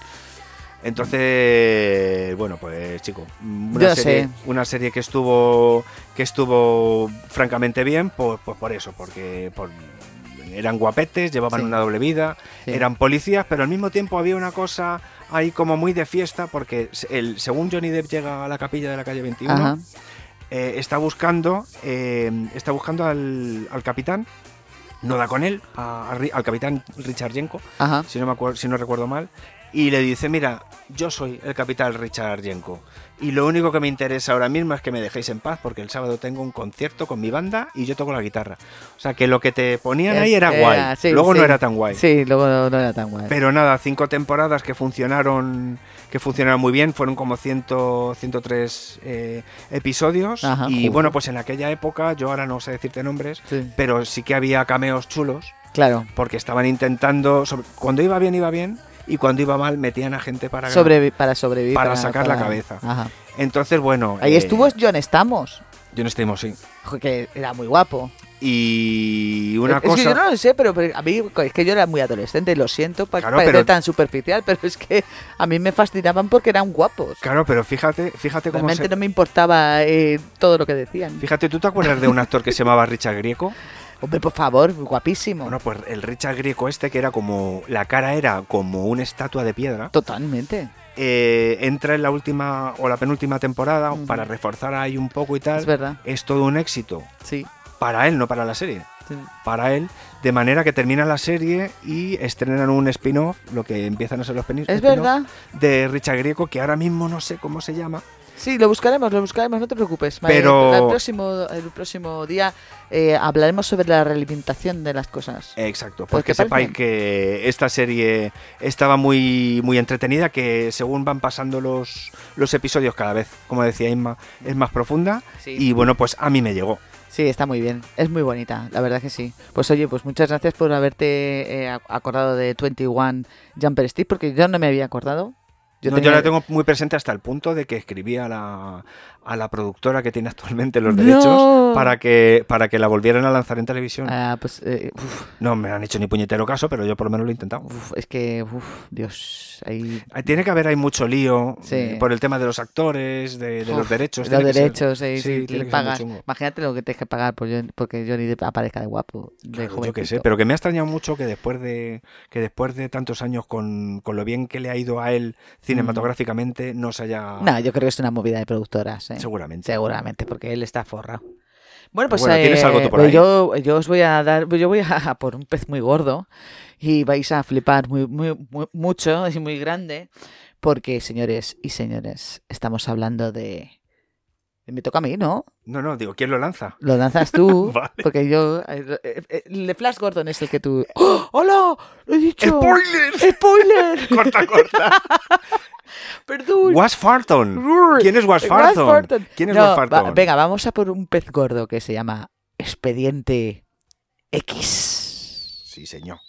S1: Entonces, bueno, pues chico, una serie que estuvo francamente bien por eso, porque eran guapetes, llevaban una doble vida, eran policías, pero al mismo tiempo había una cosa ahí como muy de fiesta, porque según Johnny Depp llega a la capilla de la calle 21, ajá, está buscando al capitán, no da con él, al capitán Richard Jenko, si no recuerdo mal, y le dice, mira, yo soy el capitán Richard Jenko y lo único que me interesa ahora mismo es que me dejéis en paz porque el sábado tengo un concierto con mi banda y yo toco la guitarra. O sea, que lo que te ponían ahí era guay, luego no era tan guay.
S2: Sí, luego no era tan guay.
S1: Pero nada, 5 temporadas que funcionaron muy bien, fueron como 103 episodios.
S2: Ajá,
S1: y bueno, pues en aquella época, yo ahora no sé decirte nombres, pero sí que había cameos chulos.
S2: Claro.
S1: Porque estaban intentando, cuando iba bien, y cuando iba mal metían a gente para
S2: sobrevivir.
S1: Para sacar la cabeza.
S2: Ajá.
S1: Entonces, bueno...
S2: Ahí estuvo John Stamos.
S1: John Stamos, sí.
S2: Que era muy guapo.
S1: Y una cosa...
S2: Es que yo no lo sé, pero a mí es que yo era muy adolescente, lo siento, parecer tan superficial, pero es que a mí me fascinaban porque eran guapos.
S1: Claro, pero fíjate cómo
S2: realmente no me importaba todo lo que decían.
S1: Fíjate, ¿tú te acuerdas de un actor que se llamaba Richard Grieco?
S2: Hombre, por favor, guapísimo.
S1: Bueno, pues el Richard Grieco que era como... La cara era como una estatua de piedra.
S2: Totalmente.
S1: Entra en la última o la penúltima temporada para reforzar ahí un poco y tal.
S2: Es verdad.
S1: Es todo un éxito.
S2: Sí.
S1: Para él, no para la serie. para él, de manera que termina la serie y estrenan un spin-off, lo que empiezan a ser los spin-off.
S2: Es verdad.
S1: De Richard Grieco, que ahora mismo no sé cómo se llama.
S2: Sí, lo buscaremos, no te preocupes.
S1: Pero
S2: el próximo día hablaremos sobre la realimentación de las cosas.
S1: Exacto, porque sepáis que esta serie estaba muy, muy entretenida, que según van pasando los episodios cada vez, como decía Inma, es más profunda. Sí. Y bueno, pues a mí me llegó.
S2: Sí, está muy bien, es muy bonita, la verdad que sí. Pues oye, pues muchas gracias por haberte acordado de 21 Jumper Street, porque yo no me había acordado.
S1: Yo la tengo muy presente hasta el punto de que escribí a la productora que tiene actualmente los derechos para que la volvieran a lanzar en televisión. No me han hecho ni puñetero caso, pero yo por lo menos lo he intentado.
S2: Es que, Dios,
S1: tiene que haber hay mucho lío por el tema de los actores, de los derechos.
S2: Los derechos, sí, le pagas. Imagínate lo que tienes que pagar porque Johnny Depp aparezca de guapo.
S1: Claro, yo qué sé, pero que me ha extrañado mucho que después de tantos años con lo bien que le ha ido a él cinematográficamente no se haya...
S2: No, yo creo que es una movida de productoras. Seguramente, porque él está forrado. Bueno, pues
S1: ¿tienes algo tú por ahí?
S2: Yo os voy a dar... Yo voy a por un pez muy gordo y vais a flipar mucho y muy grande porque, señores y señores, estamos hablando de... Me toca a mí, ¿no?
S1: No, digo, ¿quién lo lanza?
S2: Lo lanzas tú,
S1: vale.
S2: Porque yo... el Flash Gordon es el que tú... ¡Oh, ¡hola! ¡Lo he dicho!
S1: ¡Spoiler! Corta.
S2: Perdón.
S1: Was Farton. ¿Quién es Was Farton? Was Farton?
S2: Venga, vamos a por un pez gordo que se llama Expediente X.
S1: Sí, señor.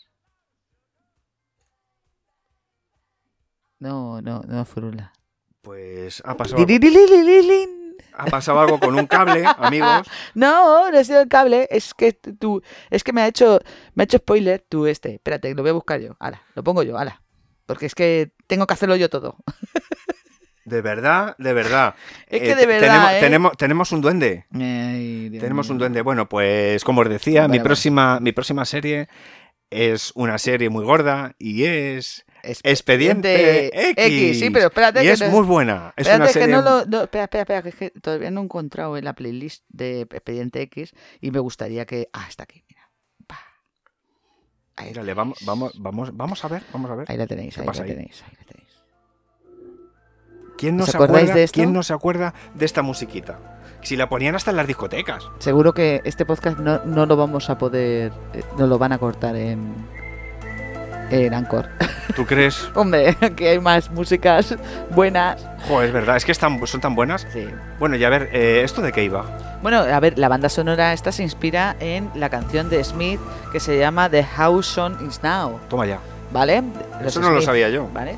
S2: No, Furula.
S1: Pues ha pasado algo con un cable, amigos.
S2: No ha sido el cable, es que me ha hecho spoiler espérate, lo voy a buscar yo. Ala, lo pongo yo, ala. Porque es que tengo que hacerlo yo todo.
S1: De verdad.
S2: Es que de verdad,
S1: tenemos un duende. Tenemos un duende. Bueno, pues como os decía, mi próxima serie es una serie muy gorda y es Expediente X.
S2: Sí, pero espérate.
S1: Y es muy buena. Es una serie...
S2: Espera, que es que todavía no he encontrado en la playlist de Expediente X y me gustaría que... está aquí, mira.
S1: Ahí, dale, vamos a ver.
S2: Ahí la tenéis.
S1: ¿Quién no se acuerda de esta musiquita? Si la ponían hasta en las discotecas.
S2: Seguro que este podcast no lo vamos a poder... no lo van a cortar en Anchor.
S1: ¿Tú crees?
S2: Hombre, que hay más músicas buenas.
S1: Joder, es verdad, es que son tan buenas.
S2: Sí.
S1: Bueno, y a ver, ¿esto de qué iba?
S2: Bueno, a ver, la banda sonora esta se inspira en la canción de Smith que se llama The House Song Is Now.
S1: Toma ya.
S2: ¿Vale?
S1: Eso no lo sabía yo.
S2: ¿Vale?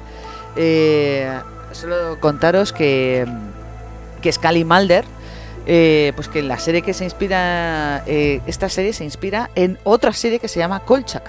S2: Solo contaros que Scully Mulder, pues que la serie que se inspira, esta serie se inspira en otra serie que se llama Kolchak,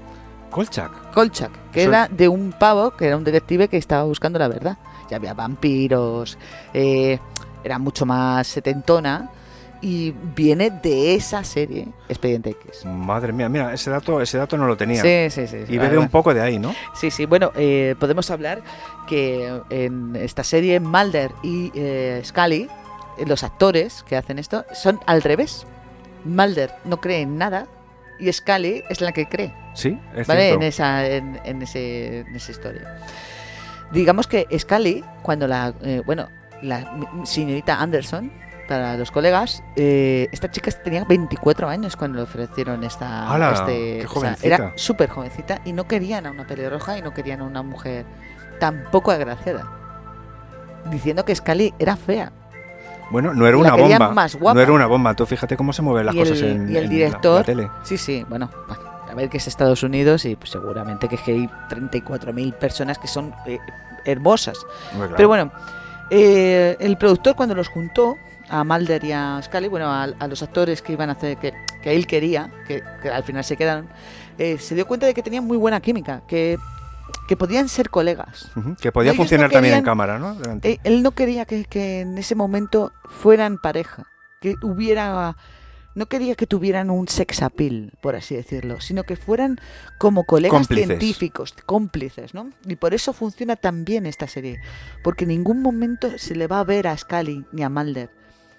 S2: que era de un pavo, que era un detective que estaba buscando la verdad. Ya había vampiros, era mucho más setentona y viene de esa serie Expediente X.
S1: Madre mía, mira, ese dato no lo tenía.
S2: Sí.
S1: Y bebe un poco de ahí, ¿no?
S2: Sí, bueno, podemos hablar que en esta serie Mulder y Scully, los actores que hacen esto, son al revés. Mulder no cree en nada y Scully es la que cree.
S1: Sí, es
S2: ¿vale?
S1: cierto.
S2: En esa historia. Digamos que Scully, cuando la señorita Anderson, para los colegas, esta chica tenía 24 años cuando le ofrecieron
S1: qué jovencita.
S2: Era súper jovencita y no querían a una pelirroja y no querían a una mujer tan poco agraciada, diciendo que Scully era fea.
S1: Bueno, no era una bomba.
S2: Más guapa.
S1: No era una bomba. Tú fíjate cómo se mueven las cosas en la tele.
S2: Sí, bueno, a ver que es Estados Unidos y pues, seguramente que hay 34.000 personas que son hermosas.
S1: Claro.
S2: Pero bueno, el productor cuando los juntó a Mulder y a Scully, bueno, a los actores que iban a hacer, que él quería, que al final se quedaron, se dio cuenta de que tenían muy buena química, que podían ser colegas.
S1: Que podía funcionar también en cámara, ¿no?
S2: Él no quería que en ese momento fueran pareja, que hubiera... No quería que tuvieran un sex appeal, por así decirlo, sino que fueran como colegas científicos, cómplices, ¿no? Y por eso funciona tan bien esta serie, porque en ningún momento se le va a ver a Scully ni a Mulder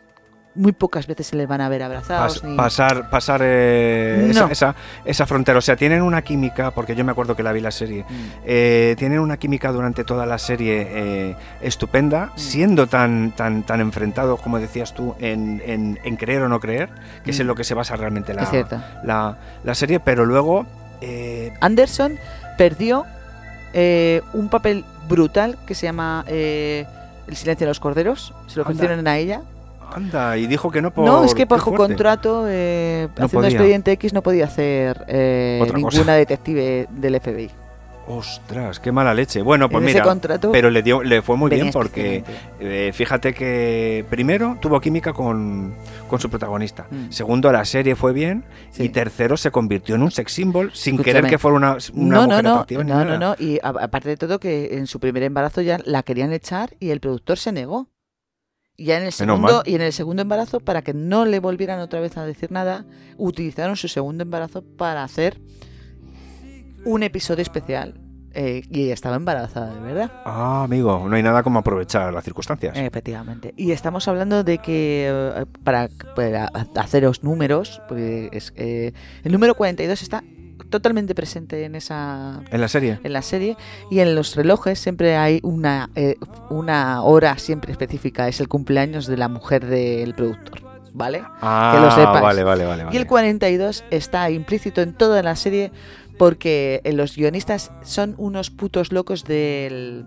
S2: muy pocas veces se les van a ver abrazados.
S1: Pasar
S2: No.
S1: esa frontera. O sea, tienen una química, porque yo me acuerdo que la vi la serie, tienen una química durante toda la serie estupenda, siendo tan enfrentados, como decías tú, en creer o no creer, que es en lo que se basa realmente la serie, pero luego...
S2: Anderson perdió un papel brutal que se llama El silencio de los corderos. Se lo ofrecieron a ella.
S1: Anda, y dijo que no por...
S2: No, es que bajo contrato, haciendo Expediente X, no podía hacer ninguna detective del FBI.
S1: Ostras, qué mala leche. Bueno, pues mira, pero le fue muy bien porque fíjate que primero tuvo química con su protagonista. Segundo, la serie fue bien. Sí. Y tercero, se convirtió en un sex symbol sin querer que fuera una mujer atractiva.
S2: No. Y aparte de todo, que en su primer embarazo ya la querían echar y el productor se negó. Y ya en el segundo embarazo, para que no le volvieran otra vez a decir nada, utilizaron su segundo embarazo para hacer un episodio especial. Y ella estaba embarazada, de verdad.
S1: Ah, amigo, no hay nada como aprovechar las circunstancias.
S2: Efectivamente. Y estamos hablando de que para haceros números, pues, el número 42 está totalmente presente en la serie, y en los relojes siempre hay una hora siempre específica, es el cumpleaños de la mujer del productor, ¿vale? Que lo sepas.
S1: Vale.
S2: Y el 42 está implícito en toda la serie porque los guionistas son unos putos locos del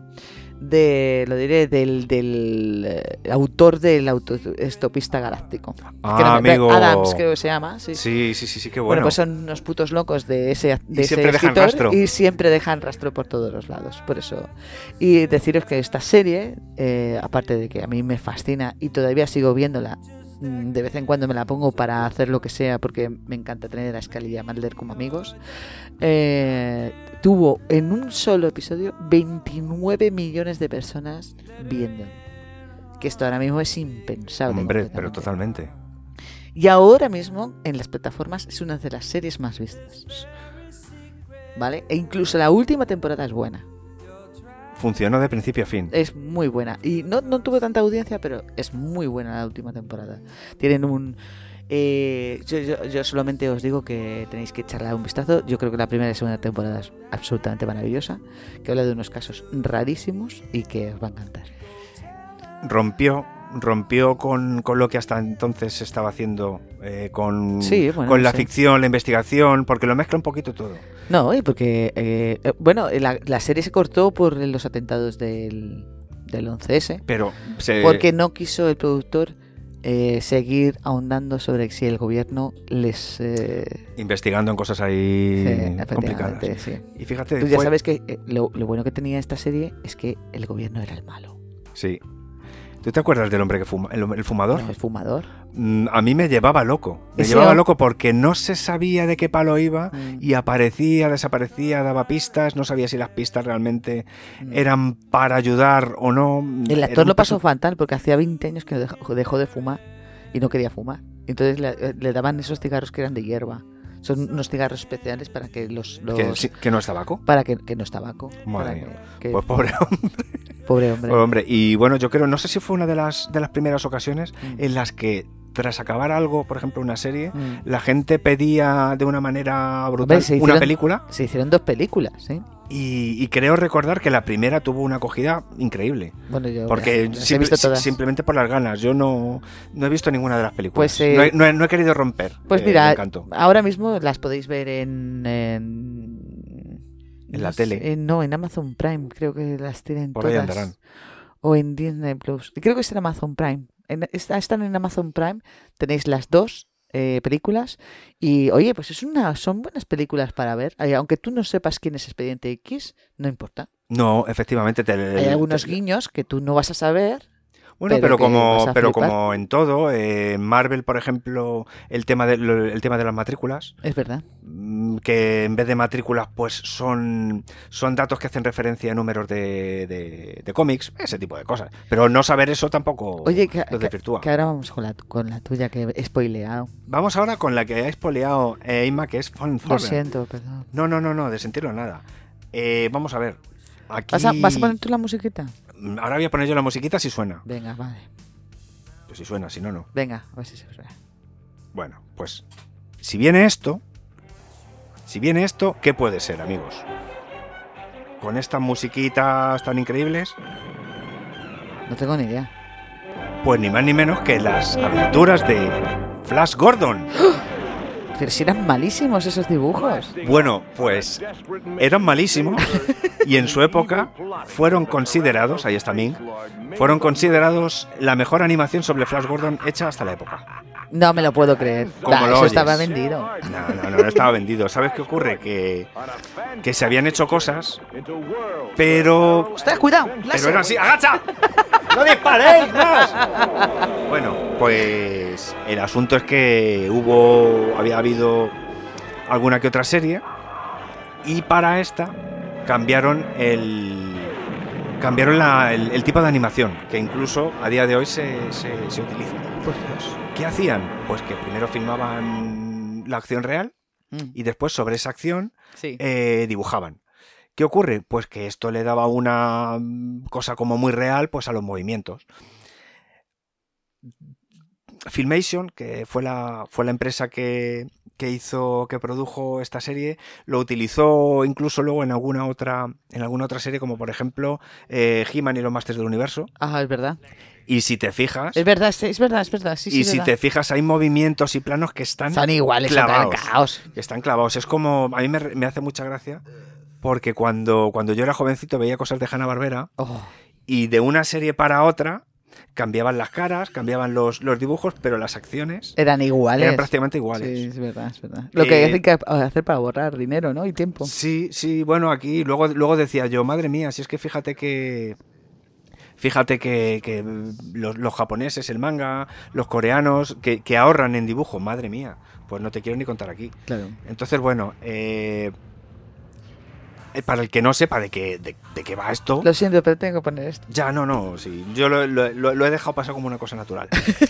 S2: autor del autoestopista galáctico.
S1: Amigo.
S2: Adams, creo que se llama.
S1: Sí, qué bueno.
S2: Bueno, pues son unos putos locos de ese
S1: siempre dejan rastro.
S2: Y siempre dejan rastro por todos los lados, por eso. Y deciros que esta serie, aparte de que a mí me fascina y todavía sigo viéndola, de vez en cuando me la pongo para hacer lo que sea porque me encanta tener a Scully y a Mulder como amigos, tuvo en un solo episodio 29 millones de personas viendo, que esto ahora mismo es impensable.
S1: Hombre, pero totalmente.
S2: Y ahora mismo en las plataformas es una de las series más vistas, ¿vale? E incluso la última temporada es buena.
S1: Funcionó de principio a fin.
S2: Es muy buena. Y no tuvo tanta audiencia, pero es muy buena la última temporada. Tienen un... yo solamente os digo que tenéis que echarle un vistazo. Yo creo que la primera y segunda temporada es absolutamente maravillosa, que habla de unos casos rarísimos y que os va a encantar.
S1: Rompió con lo que hasta entonces se estaba haciendo con la ficción, la investigación, porque lo mezcla un poquito todo.
S2: No, y porque la serie se cortó por los atentados del 11S,
S1: pero
S2: porque no quiso el productor seguir ahondando sobre si el gobierno les...
S1: investigando en cosas ahí complicadas.
S2: Sí.
S1: Y fíjate,
S2: tú ya sabes que lo bueno que tenía esta serie es que el gobierno era el malo.
S1: Sí. ¿Tú te acuerdas del hombre que fuma? ¿El fumador?
S2: ¿El fumador?
S1: A mí me llevaba loco. Me llevaba loco porque no se sabía de qué palo iba y aparecía, desaparecía, daba pistas. No sabía si las pistas realmente eran para ayudar o no.
S2: El actor lo pasó fatal porque hacía 20 años que dejó de fumar y no quería fumar. Entonces le daban esos cigarros que eran de hierba. Son unos cigarros especiales para que
S1: ¿Que no es tabaco?
S2: Para que no es tabaco.
S1: Madre mía. Pues pobre hombre.
S2: Pobre hombre.
S1: Y bueno, yo creo, no sé si fue una de las primeras ocasiones en las que tras acabar algo, por ejemplo una serie, la gente pedía de una manera brutal una película.
S2: Se hicieron 2 películas, ¿sí?
S1: Y creo recordar que la primera tuvo una acogida increíble.
S2: Bueno, yo
S1: porque
S2: he visto todas.
S1: Simplemente por las ganas. Yo no he visto ninguna de las películas. Pues, no he querido romper.
S2: Pues mira, ahora mismo las podéis ver en
S1: la tele.
S2: En Amazon Prime, creo que las tienen
S1: por
S2: todas.
S1: Ahí andarán.
S2: O en Disney Plus. Creo que es en Amazon Prime. Están en Amazon Prime, tenéis las 2 películas y oye, pues son buenas películas para ver, aunque tú no sepas quién es Expediente X, no importa.
S1: No, efectivamente.
S2: Hay algunos guiños que tú no vas a saber.
S1: Bueno, pero como en todo, Marvel, por ejemplo, el tema de las matrículas.
S2: Es verdad.
S1: Que en vez de matrículas, pues son datos que hacen referencia a números de cómics, ese tipo de cosas. Pero no saber eso tampoco
S2: lo
S1: desvirtúa.
S2: Que ahora vamos con la tuya, que he spoileado.
S1: Vamos ahora con la que ha spoileado Inma, que es Fun Forward.
S2: Lo siento, perdón.
S1: No, de sentirlo nada. Vamos a ver. Aquí...
S2: ¿Vas a poner tú la musiquita?
S1: Ahora voy a poner yo la musiquita si suena.
S2: Venga, vale.
S1: Pues si suena, si no, no.
S2: Venga, a ver si se suena.
S1: Bueno, pues si viene esto, ¿qué puede ser, amigos? Con estas musiquitas tan increíbles.
S2: No tengo ni idea.
S1: Pues ni más ni menos que las aventuras de Flash Gordon.
S2: Pero si eran malísimos esos dibujos.
S1: Bueno, pues eran malísimos y en su época fueron considerados, ahí está Ming, fueron considerados la mejor animación sobre Flash Gordon hecha hasta la época.
S2: No me lo puedo creer. Eso estaba vendido.
S1: No estaba vendido. ¿Sabes qué ocurre? Que se habían hecho cosas, pero...
S2: ¡Ostras, cuidado!
S1: Pero era así, ¡agacha! ¡No disparéis más! Bueno, pues el asunto es que había habido alguna que otra serie y para esta cambiaron el tipo de animación, que incluso a día de hoy se utiliza.
S2: Pues Dios.
S1: ¿Qué hacían? Pues que primero filmaban la acción real y después sobre esa acción dibujaban. ¿Qué ocurre? Pues que esto le daba una cosa como muy real pues a los movimientos. Filmation, que fue la empresa que produjo esta serie, lo utilizó incluso luego en alguna otra serie, como por ejemplo He-Man y los Masters del Universo.
S2: Ajá, es verdad.
S1: Y si te fijas...
S2: Es verdad. Sí,
S1: y si te fijas, hay movimientos y planos que están
S2: iguales,
S1: clavados. Que están clavados. Es como... A mí me hace mucha gracia porque cuando yo era jovencito veía cosas de Hanna-Barbera y de una serie para otra cambiaban las caras, cambiaban los dibujos, pero las acciones...
S2: Eran iguales.
S1: Eran prácticamente iguales.
S2: Sí, es verdad. Lo que hay que hacer para ahorrar dinero, ¿no? Y tiempo.
S1: Sí, bueno, aquí luego decía yo, madre mía, si es que fíjate que los japoneses, el manga, los coreanos, que ahorran en dibujo, madre mía, pues no te quiero ni contar aquí.
S2: Claro.
S1: Entonces, bueno, para el que no sepa de qué va esto...
S2: Lo siento, pero tengo que poner esto.
S1: Ya, no, sí. Yo lo he dejado pasar como una cosa natural.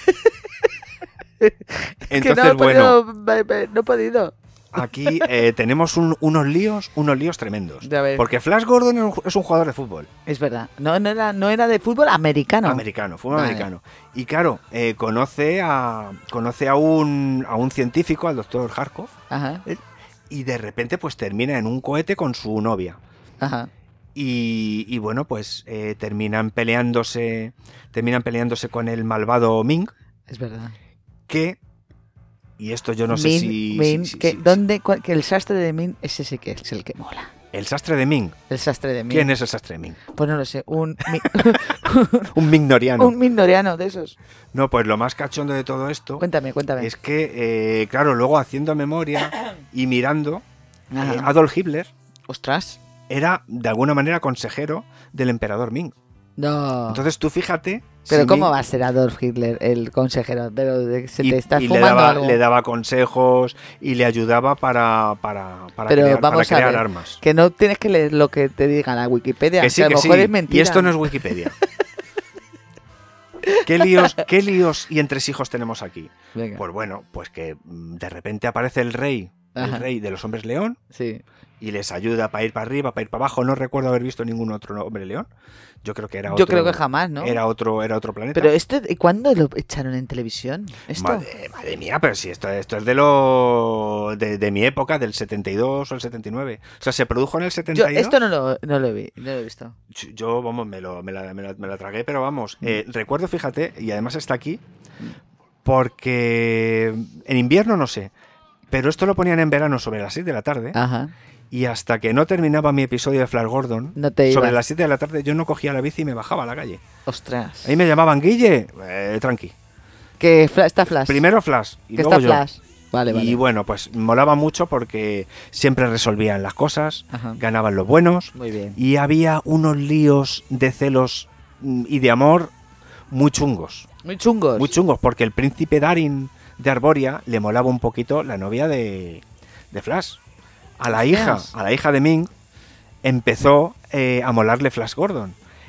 S1: Entonces,
S2: no he podido.
S1: Aquí tenemos unos líos tremendos. Porque Flash Gordon es un jugador de fútbol.
S2: Es verdad. No era de fútbol americano.
S1: Fútbol americano. Y claro, conoce a un científico, al doctor Harkov.
S2: Ajá.
S1: Y de repente pues termina en un cohete con su novia.
S2: Ajá.
S1: Y bueno, pues terminan peleándose con el malvado Ming.
S2: Es verdad.
S1: Y esto yo no sé si...
S2: Que el sastre de Ming es ese que es el que mola.
S1: ¿El sastre de Ming?
S2: El sastre de Ming.
S1: ¿Quién es el sastre de Ming?
S2: Pues no lo sé, un
S1: Mingnoriano.
S2: Un Mingnoriano de esos.
S1: No, pues lo más cachondo de todo esto...
S2: Cuéntame.
S1: Es que, claro, luego haciendo memoria y mirando, Adolf Hitler...
S2: ¡Ostras!
S1: Era, de alguna manera, consejero del emperador Ming.
S2: No.
S1: Entonces tú fíjate...
S2: Pero ¿cómo va a ser Adolf Hitler el consejero? Te estás fumando algo.
S1: Le daba consejos y le ayudaba para crear armas.
S2: Que no tienes que leer lo que te diga la Wikipedia.
S1: Que sí,
S2: a lo mejor es mentira.
S1: Y esto no es Wikipedia. ¿Qué líos y entresijos tenemos aquí?
S2: Venga.
S1: Pues bueno, pues que de repente aparece el rey de los hombres león.
S2: Sí.
S1: Y les ayuda para ir para arriba, para ir para abajo. No recuerdo haber visto ningún otro hombre león. Yo creo que era otro.
S2: Yo creo que jamás, ¿no?
S1: Era otro planeta.
S2: Pero ¿cuándo lo echaron en televisión? ¿Esto?
S1: Madre mía, pero si esto es de mi época, del 72 o el 79. O sea, se produjo en el 72.
S2: Yo esto no lo he visto.
S1: Yo, vamos, me la tragué, pero vamos. Recuerdo, fíjate, y además está aquí, porque en invierno no sé, pero esto lo ponían en verano sobre las 6 de la tarde.
S2: Ajá.
S1: Y hasta que no terminaba mi episodio de Flash Gordon, sobre las 7 de la tarde yo no cogía la bici y me bajaba a la calle.
S2: Ostras.
S1: Ahí me llamaban Guille, tranqui.
S2: Que está Flash.
S1: Primero Flash y
S2: que
S1: luego
S2: está Flash. Vale.
S1: Y bueno, pues molaba mucho porque siempre resolvían las cosas,
S2: Ajá.
S1: Ganaban los buenos.
S2: Muy bien.
S1: Y había unos líos de celos y de amor muy chungos.
S2: Muy chungos.
S1: Muy chungos, porque el príncipe Darin de Arboria le molaba un poquito la novia de Flash. A la hija de Ming empezó a molarle Flash Gordon.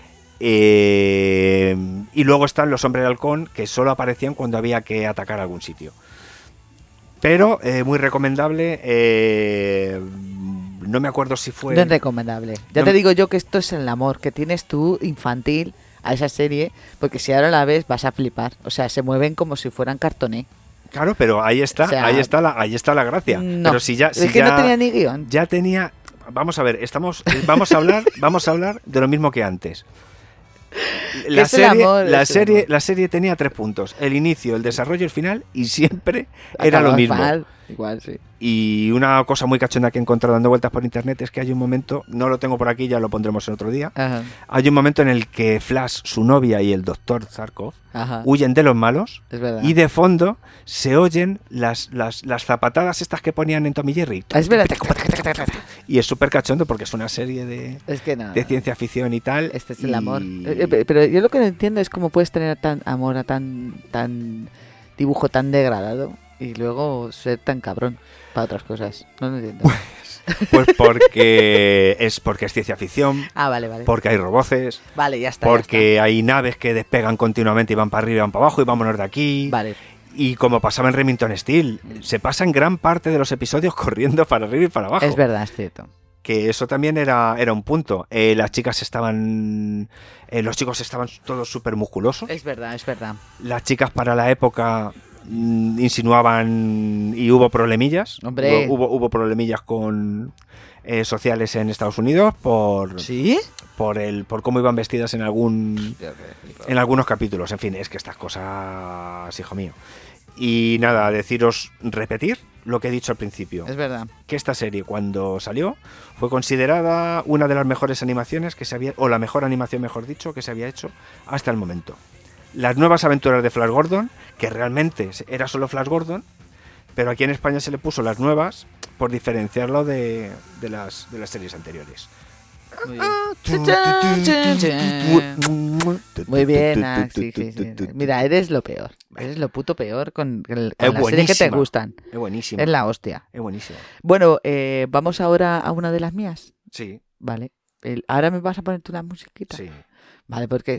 S1: Y luego están los hombres de halcón, que solo aparecían cuando había que atacar algún sitio. Pero muy recomendable. No me acuerdo si fue...
S2: No es recomendable. Ya te digo yo que esto es el amor que tienes tú infantil a esa serie, porque si ahora la ves vas a flipar. O sea, se mueven como si fueran cartoné.
S1: Claro, pero ahí está, o sea, ahí está la gracia.
S2: No,
S1: pero si ya,
S2: es que no tenía ni guión.
S1: Ya tenía. Vamos a ver, vamos a hablar de lo mismo que antes. La serie tenía 3 puntos: el inicio, el desarrollo y el final, y siempre era lo mismo.
S2: Igual, sí.
S1: Y una cosa muy cachonda que he encontrado dando vueltas por internet es que hay un momento, no lo tengo por aquí, ya lo pondremos en otro día.
S2: Ajá.
S1: Hay un momento en el que Flash, su novia y el Dr. Zarkov huyen de los malos, y de fondo se oyen las zapatadas estas que ponían en Tom y Jerry.
S2: Es verdad.
S1: Y es súper cachondo porque es una serie de ciencia ficción y tal.
S2: Este es el amor. Pero yo lo que no entiendo es cómo puedes tener tan amor a tan dibujo tan degradado y luego ser tan cabrón para otras cosas. No lo entiendo.
S1: Pues porque es ciencia ficción.
S2: Vale.
S1: Porque hay roboces.
S2: Vale, ya está.
S1: Porque hay naves que despegan continuamente y van para arriba y van para abajo y vámonos de aquí.
S2: Vale.
S1: Y como pasaba en Remington Steel, se pasan gran parte de los episodios corriendo para arriba y para abajo.
S2: Es verdad, es cierto.
S1: Que eso también era un punto. Las chicas estaban... los chicos estaban todos súper musculosos.
S2: Es verdad.
S1: Las chicas para la época insinuaban y hubo problemillas.
S2: Hombre.
S1: Hubo problemillas con sociales en Estados Unidos por...
S2: ¿Sí?
S1: Por cómo iban vestidas en algunos capítulos. En fin, es que estas cosas, hijo mío. Y nada, repetir lo que he dicho al principio.
S2: Es verdad.
S1: Que esta serie, cuando salió, fue considerada una de las mejores animaciones o la mejor animación, mejor dicho, que se había hecho hasta el momento. Las nuevas aventuras de Flash Gordon, que realmente era solo Flash Gordon, pero aquí en España se le puso las nuevas por diferenciarlo de las series anteriores.
S2: Muy bien, sí. Mira, eres lo peor. Eres lo puto peor con las series que te gustan.
S1: Es buenísimo.
S2: Es la hostia.
S1: Es buenísimo.
S2: Bueno, ¿vamos ahora a una de las mías?
S1: Sí.
S2: Vale. ¿Ahora me vas a poner tú la musiquita?
S1: Sí.
S2: Vale, porque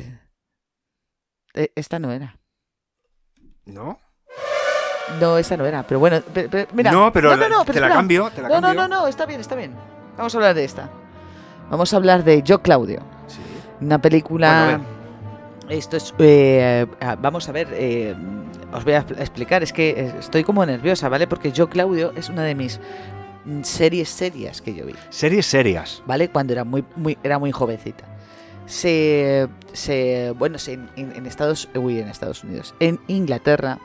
S2: esta no era.
S1: ¿No?
S2: No, esa no era, pero bueno, mira.
S1: No, pero
S2: te
S1: la cambio.
S2: No, está bien. Vamos a hablar de esta. Vamos a hablar de Yo Claudio.
S1: Sí.
S2: Una película...
S1: Bueno,
S2: esto es... vamos a ver, os voy a explicar, es que estoy como nerviosa, ¿vale? Porque Yo Claudio es una de mis series serias que yo vi.
S1: Series serias.
S2: ¿Vale? Cuando era muy jovencita. En Estados Unidos, en Inglaterra,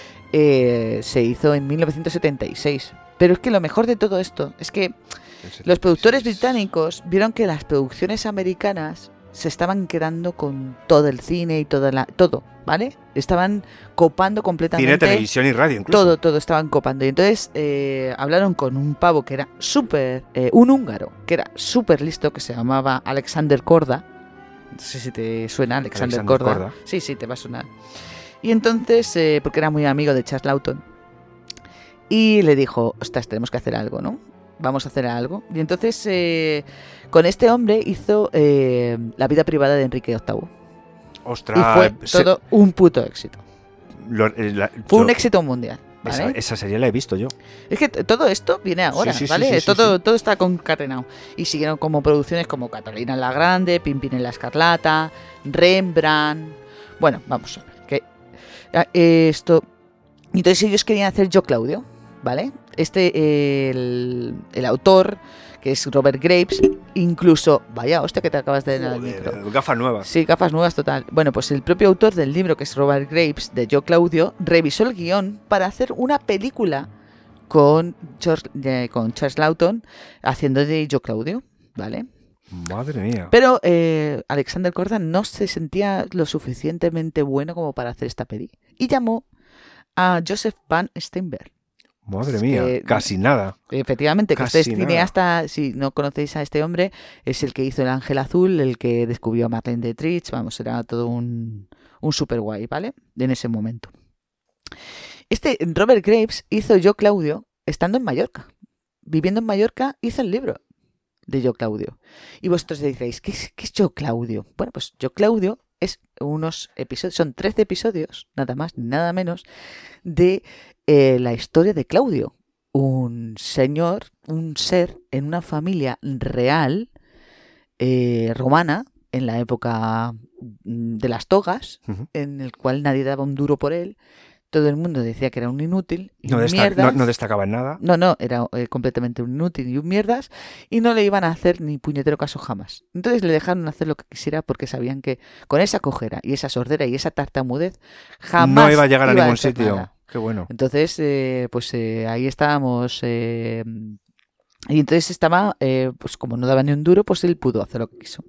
S2: se hizo en 1976. Pero es que lo mejor de todo esto es que los productores británicos vieron que las producciones americanas se estaban quedando con todo el cine y todo, ¿vale? Estaban copando completamente.
S1: Cine, televisión y radio incluso.
S2: Todo estaban copando. Y entonces hablaron con un pavo que era un húngaro, que era súper listo, que se llamaba Alexander Korda. No sé si te suena Alexander Korda. Sí, te va a sonar. Y entonces, porque era muy amigo de Charles Lawton, y le dijo, ostras, tenemos que hacer algo, ¿no? Vamos a hacer algo. Y entonces, con este hombre hizo La vida privada de Enrique VIII.
S1: Ostras.
S2: Y fue todo un puto éxito. Fue un éxito mundial. ¿Vale?
S1: Esa serie la he visto yo.
S2: Es que todo esto viene ahora, ¿vale? Todo está concatenado. Y siguieron como producciones como Catalina la Grande, Pimpín en la Escarlata, Rembrandt. Bueno, vamos a ver. Esto. Entonces ellos querían hacer Yo Claudio, ¿vale? El autor, que es Robert Graves, incluso... Vaya, hostia, que te acabas de dar el micro.
S1: Gafas nuevas.
S2: Sí, gafas nuevas, total. Bueno, pues el propio autor del libro, que es Robert Graves, de Yo Claudio, revisó el guión para hacer una película con Charles Lawton haciendo de Yo Claudio, ¿vale?
S1: Madre mía.
S2: Pero Alexander Korda no se sentía lo suficientemente bueno como para hacer esta peli. Y llamó a Joseph Van Steenberg.
S1: Madre mía, casi nada.
S2: Efectivamente, que este cineasta, si no conocéis a este hombre, es el que hizo El Ángel Azul, el que descubrió a Marlene Dietrich. Vamos, era todo un super guay, ¿vale? En ese momento. Robert Graves hizo Yo Claudio estando en Mallorca. Viviendo en Mallorca, hizo el libro de Yo Claudio. Y vosotros diréis, ¿qué es Yo Claudio? Bueno, pues Yo Claudio es unos episodios, son 13 episodios, nada más ni nada menos, de la historia de Claudio, un ser en una familia real romana, en la época de las togas, en el cual nadie daba un duro por él. Todo el mundo decía que era un inútil y
S1: no destacaba en nada.
S2: No, era completamente un inútil y un mierdas, y no le iban a hacer ni puñetero caso jamás. Entonces le dejaron hacer lo que quisiera porque sabían que con esa cojera y esa sordera y esa tartamudez jamás
S1: no iba a llegar a ningún sitio.
S2: Nada.
S1: Qué bueno.
S2: Entonces, ahí estábamos. Y entonces estaba, pues como no daba ni un duro, pues él pudo hacer lo que quiso.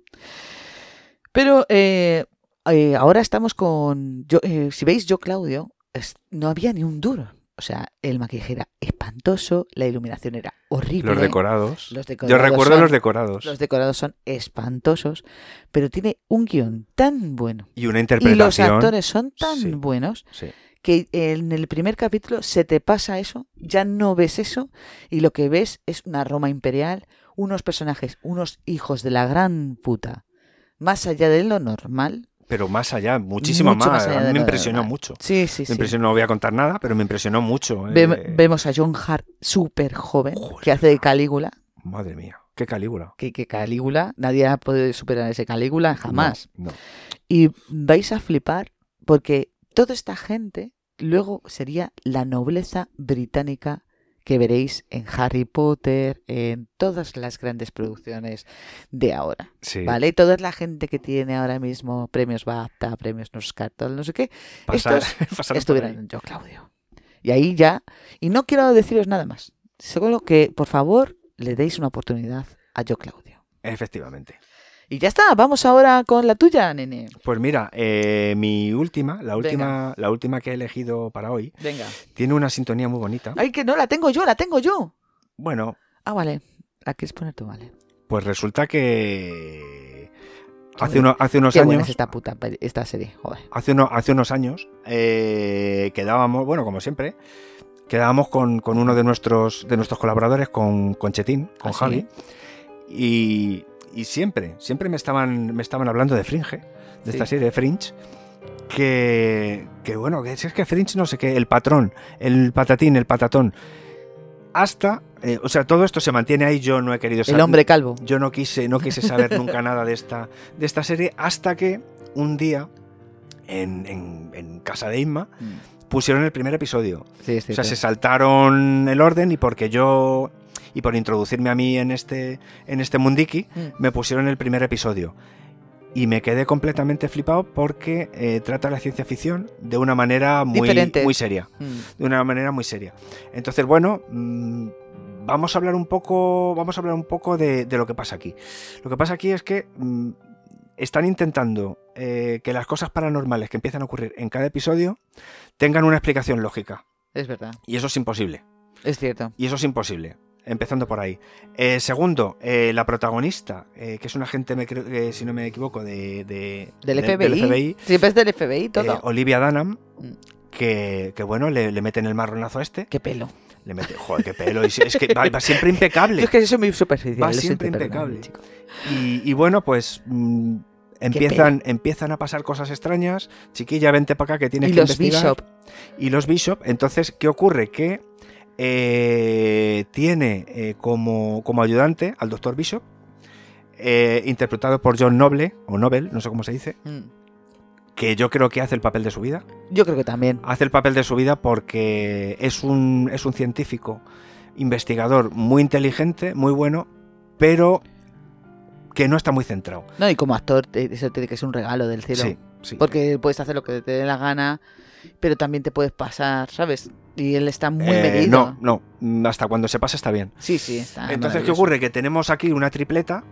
S2: Pero ahora estamos con... si veis, Yo, Claudio, no había ni un duro. O sea, el maquillaje era espantoso, la iluminación era horrible.
S1: Los decorados. Yo recuerdo los decorados.
S2: Los decorados son espantosos, pero tiene un guión tan bueno.
S1: Y una interpretación.
S2: Y los actores son tan buenos que en el primer capítulo se te pasa eso, ya no ves eso, y lo que ves es una Roma imperial, unos personajes, unos hijos de la gran puta, más allá de lo normal.
S1: Pero más allá, muchísimo más. A mí me impresionó mucho.
S2: Sí.
S1: Me impresionó, no voy a contar nada, pero me impresionó mucho.
S2: Vemos a John Hart súper joven, que hace de Calígula.
S1: Madre mía, qué Calígula.
S2: Que Calígula, nadie ha podido superar ese Calígula jamás.
S1: No.
S2: Y vais a flipar porque toda esta gente luego sería la nobleza británica que veréis en Harry Potter, en todas las grandes producciones de ahora, ¿vale? Toda la gente que tiene ahora mismo premios BAFTA, premios Oscar, todo no sé qué, estos estuvieron en Yo, Claudio. Y ahí ya, y no quiero deciros nada más, solo que, por favor, le deis una oportunidad a Yo, Claudio.
S1: Efectivamente.
S2: Y ya está, vamos ahora con la tuya, nene.
S1: Pues mira, la última que he elegido para hoy, tiene una sintonía muy bonita.
S2: ¡Ay, que no, la tengo yo!
S1: Bueno.
S2: Ah, vale, la quieres poner tú, vale.
S1: Pues resulta que hace unos años...
S2: es esta serie, joder.
S1: Hace unos años quedábamos, bueno, como siempre, quedábamos con uno de nuestros colaboradores, con Chetín, con Javi, y siempre me estaban hablando de Fringe, de esta serie de Fringe, que bueno, que es que Fringe no sé qué, el patrón, el patatín, el patatón, hasta, o sea, todo esto se mantiene ahí. Yo no he querido saber,
S2: el hombre calvo.
S1: Yo no quise saber nunca nada de esta serie, hasta que un día en casa de Inma pusieron el primer episodio.
S2: Sí,
S1: o sea, se saltaron el orden y por introducirme a mí en este mundiki, me pusieron el primer episodio. Y me quedé completamente flipado porque trata la ciencia ficción de una manera muy seria. De una manera muy seria. Entonces, bueno, vamos a hablar un poco de lo que pasa aquí. Lo que pasa aquí es que están intentando que las cosas paranormales que empiezan a ocurrir en cada episodio tengan una explicación lógica.
S2: Es verdad.
S1: Y eso es imposible.
S2: Es cierto.
S1: Y eso es imposible. Empezando por ahí. Segundo, la protagonista, que es una agente, si no me equivoco, del FBI.
S2: Siempre es del FBI todo.
S1: Olivia Dunham, que bueno, le meten el marronazo a este.
S2: ¡Qué pelo!
S1: Le mete, joder, qué pelo. Es que va siempre impecable.
S2: Es que eso es muy superficial.
S1: Va siempre impecable. Y bueno, pues empiezan a pasar cosas extrañas. Chiquilla, vente para acá que tienes que investigar. Y los Bishop. Entonces, ¿qué ocurre? Que tiene como ayudante al Dr. Bishop, interpretado por John Noble, o Nobel, no sé cómo se dice, que yo creo que hace el papel de su vida.
S2: Yo creo que también.
S1: Hace el papel de su vida porque es un científico, investigador muy inteligente, muy bueno, pero que no está muy centrado.
S2: No, y como actor, eso tiene que ser un regalo del cielo.
S1: Sí.
S2: Porque puedes hacer lo que te dé la gana, pero también te puedes pasar, ¿sabes? Y él está muy medido.
S1: No, hasta cuando se pasa está bien.
S2: Sí, está.
S1: Entonces, ¿qué ocurre? Que tenemos aquí una tripleta,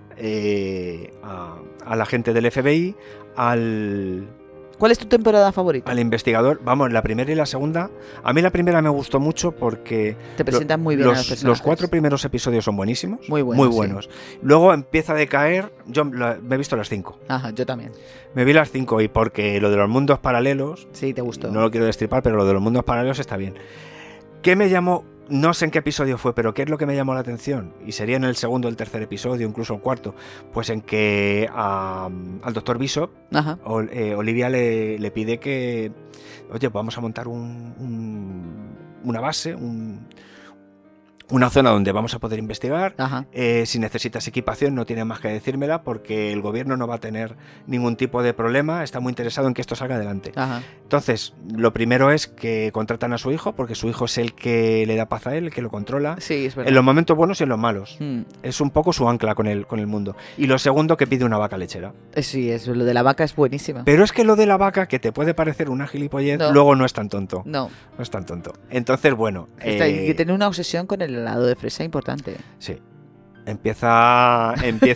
S1: a la gente del FBI,
S2: ¿Cuál es tu temporada favorita?
S1: Al investigador, vamos, la primera y la segunda. A mí la primera me gustó mucho porque
S2: te presentan muy bien a los personajes.
S1: Los 4 primeros episodios son buenísimos.
S2: Muy buenos.
S1: Sí. Luego empieza a decaer. Yo me he visto las 5.
S2: Ajá, yo también.
S1: Me vi las 5 y porque lo de los mundos paralelos...
S2: Sí, te gustó.
S1: No lo quiero destripar, pero lo de los mundos paralelos está bien. ¿Qué me llamó? No sé en qué episodio fue, pero ¿qué es lo que me llamó la atención? Y sería en el segundo, el tercer episodio, incluso el cuarto. Pues en que al Dr. Bishop, Olivia le pide que, oye, vamos a montar una base, una zona donde vamos a poder investigar. Si necesitas equipación no tienes más que decírmela porque el gobierno no va a tener ningún tipo de problema, está muy interesado en que esto salga adelante. Entonces, lo primero es que contratan a su hijo porque su hijo es el que le da paz a él, el que lo controla,
S2: sí, es verdad,
S1: en los momentos buenos y en los malos. Es un poco su ancla con el mundo. Y lo segundo, que pide una vaca lechera.
S2: Sí, lo de la vaca es buenísima.
S1: Pero es que lo de la vaca, que te puede parecer una gilipollez, luego no es tan tonto.
S2: No
S1: es tan tonto. Entonces, bueno...
S2: que tiene una obsesión con el helado de fresa importante.
S1: Sí. Empiezan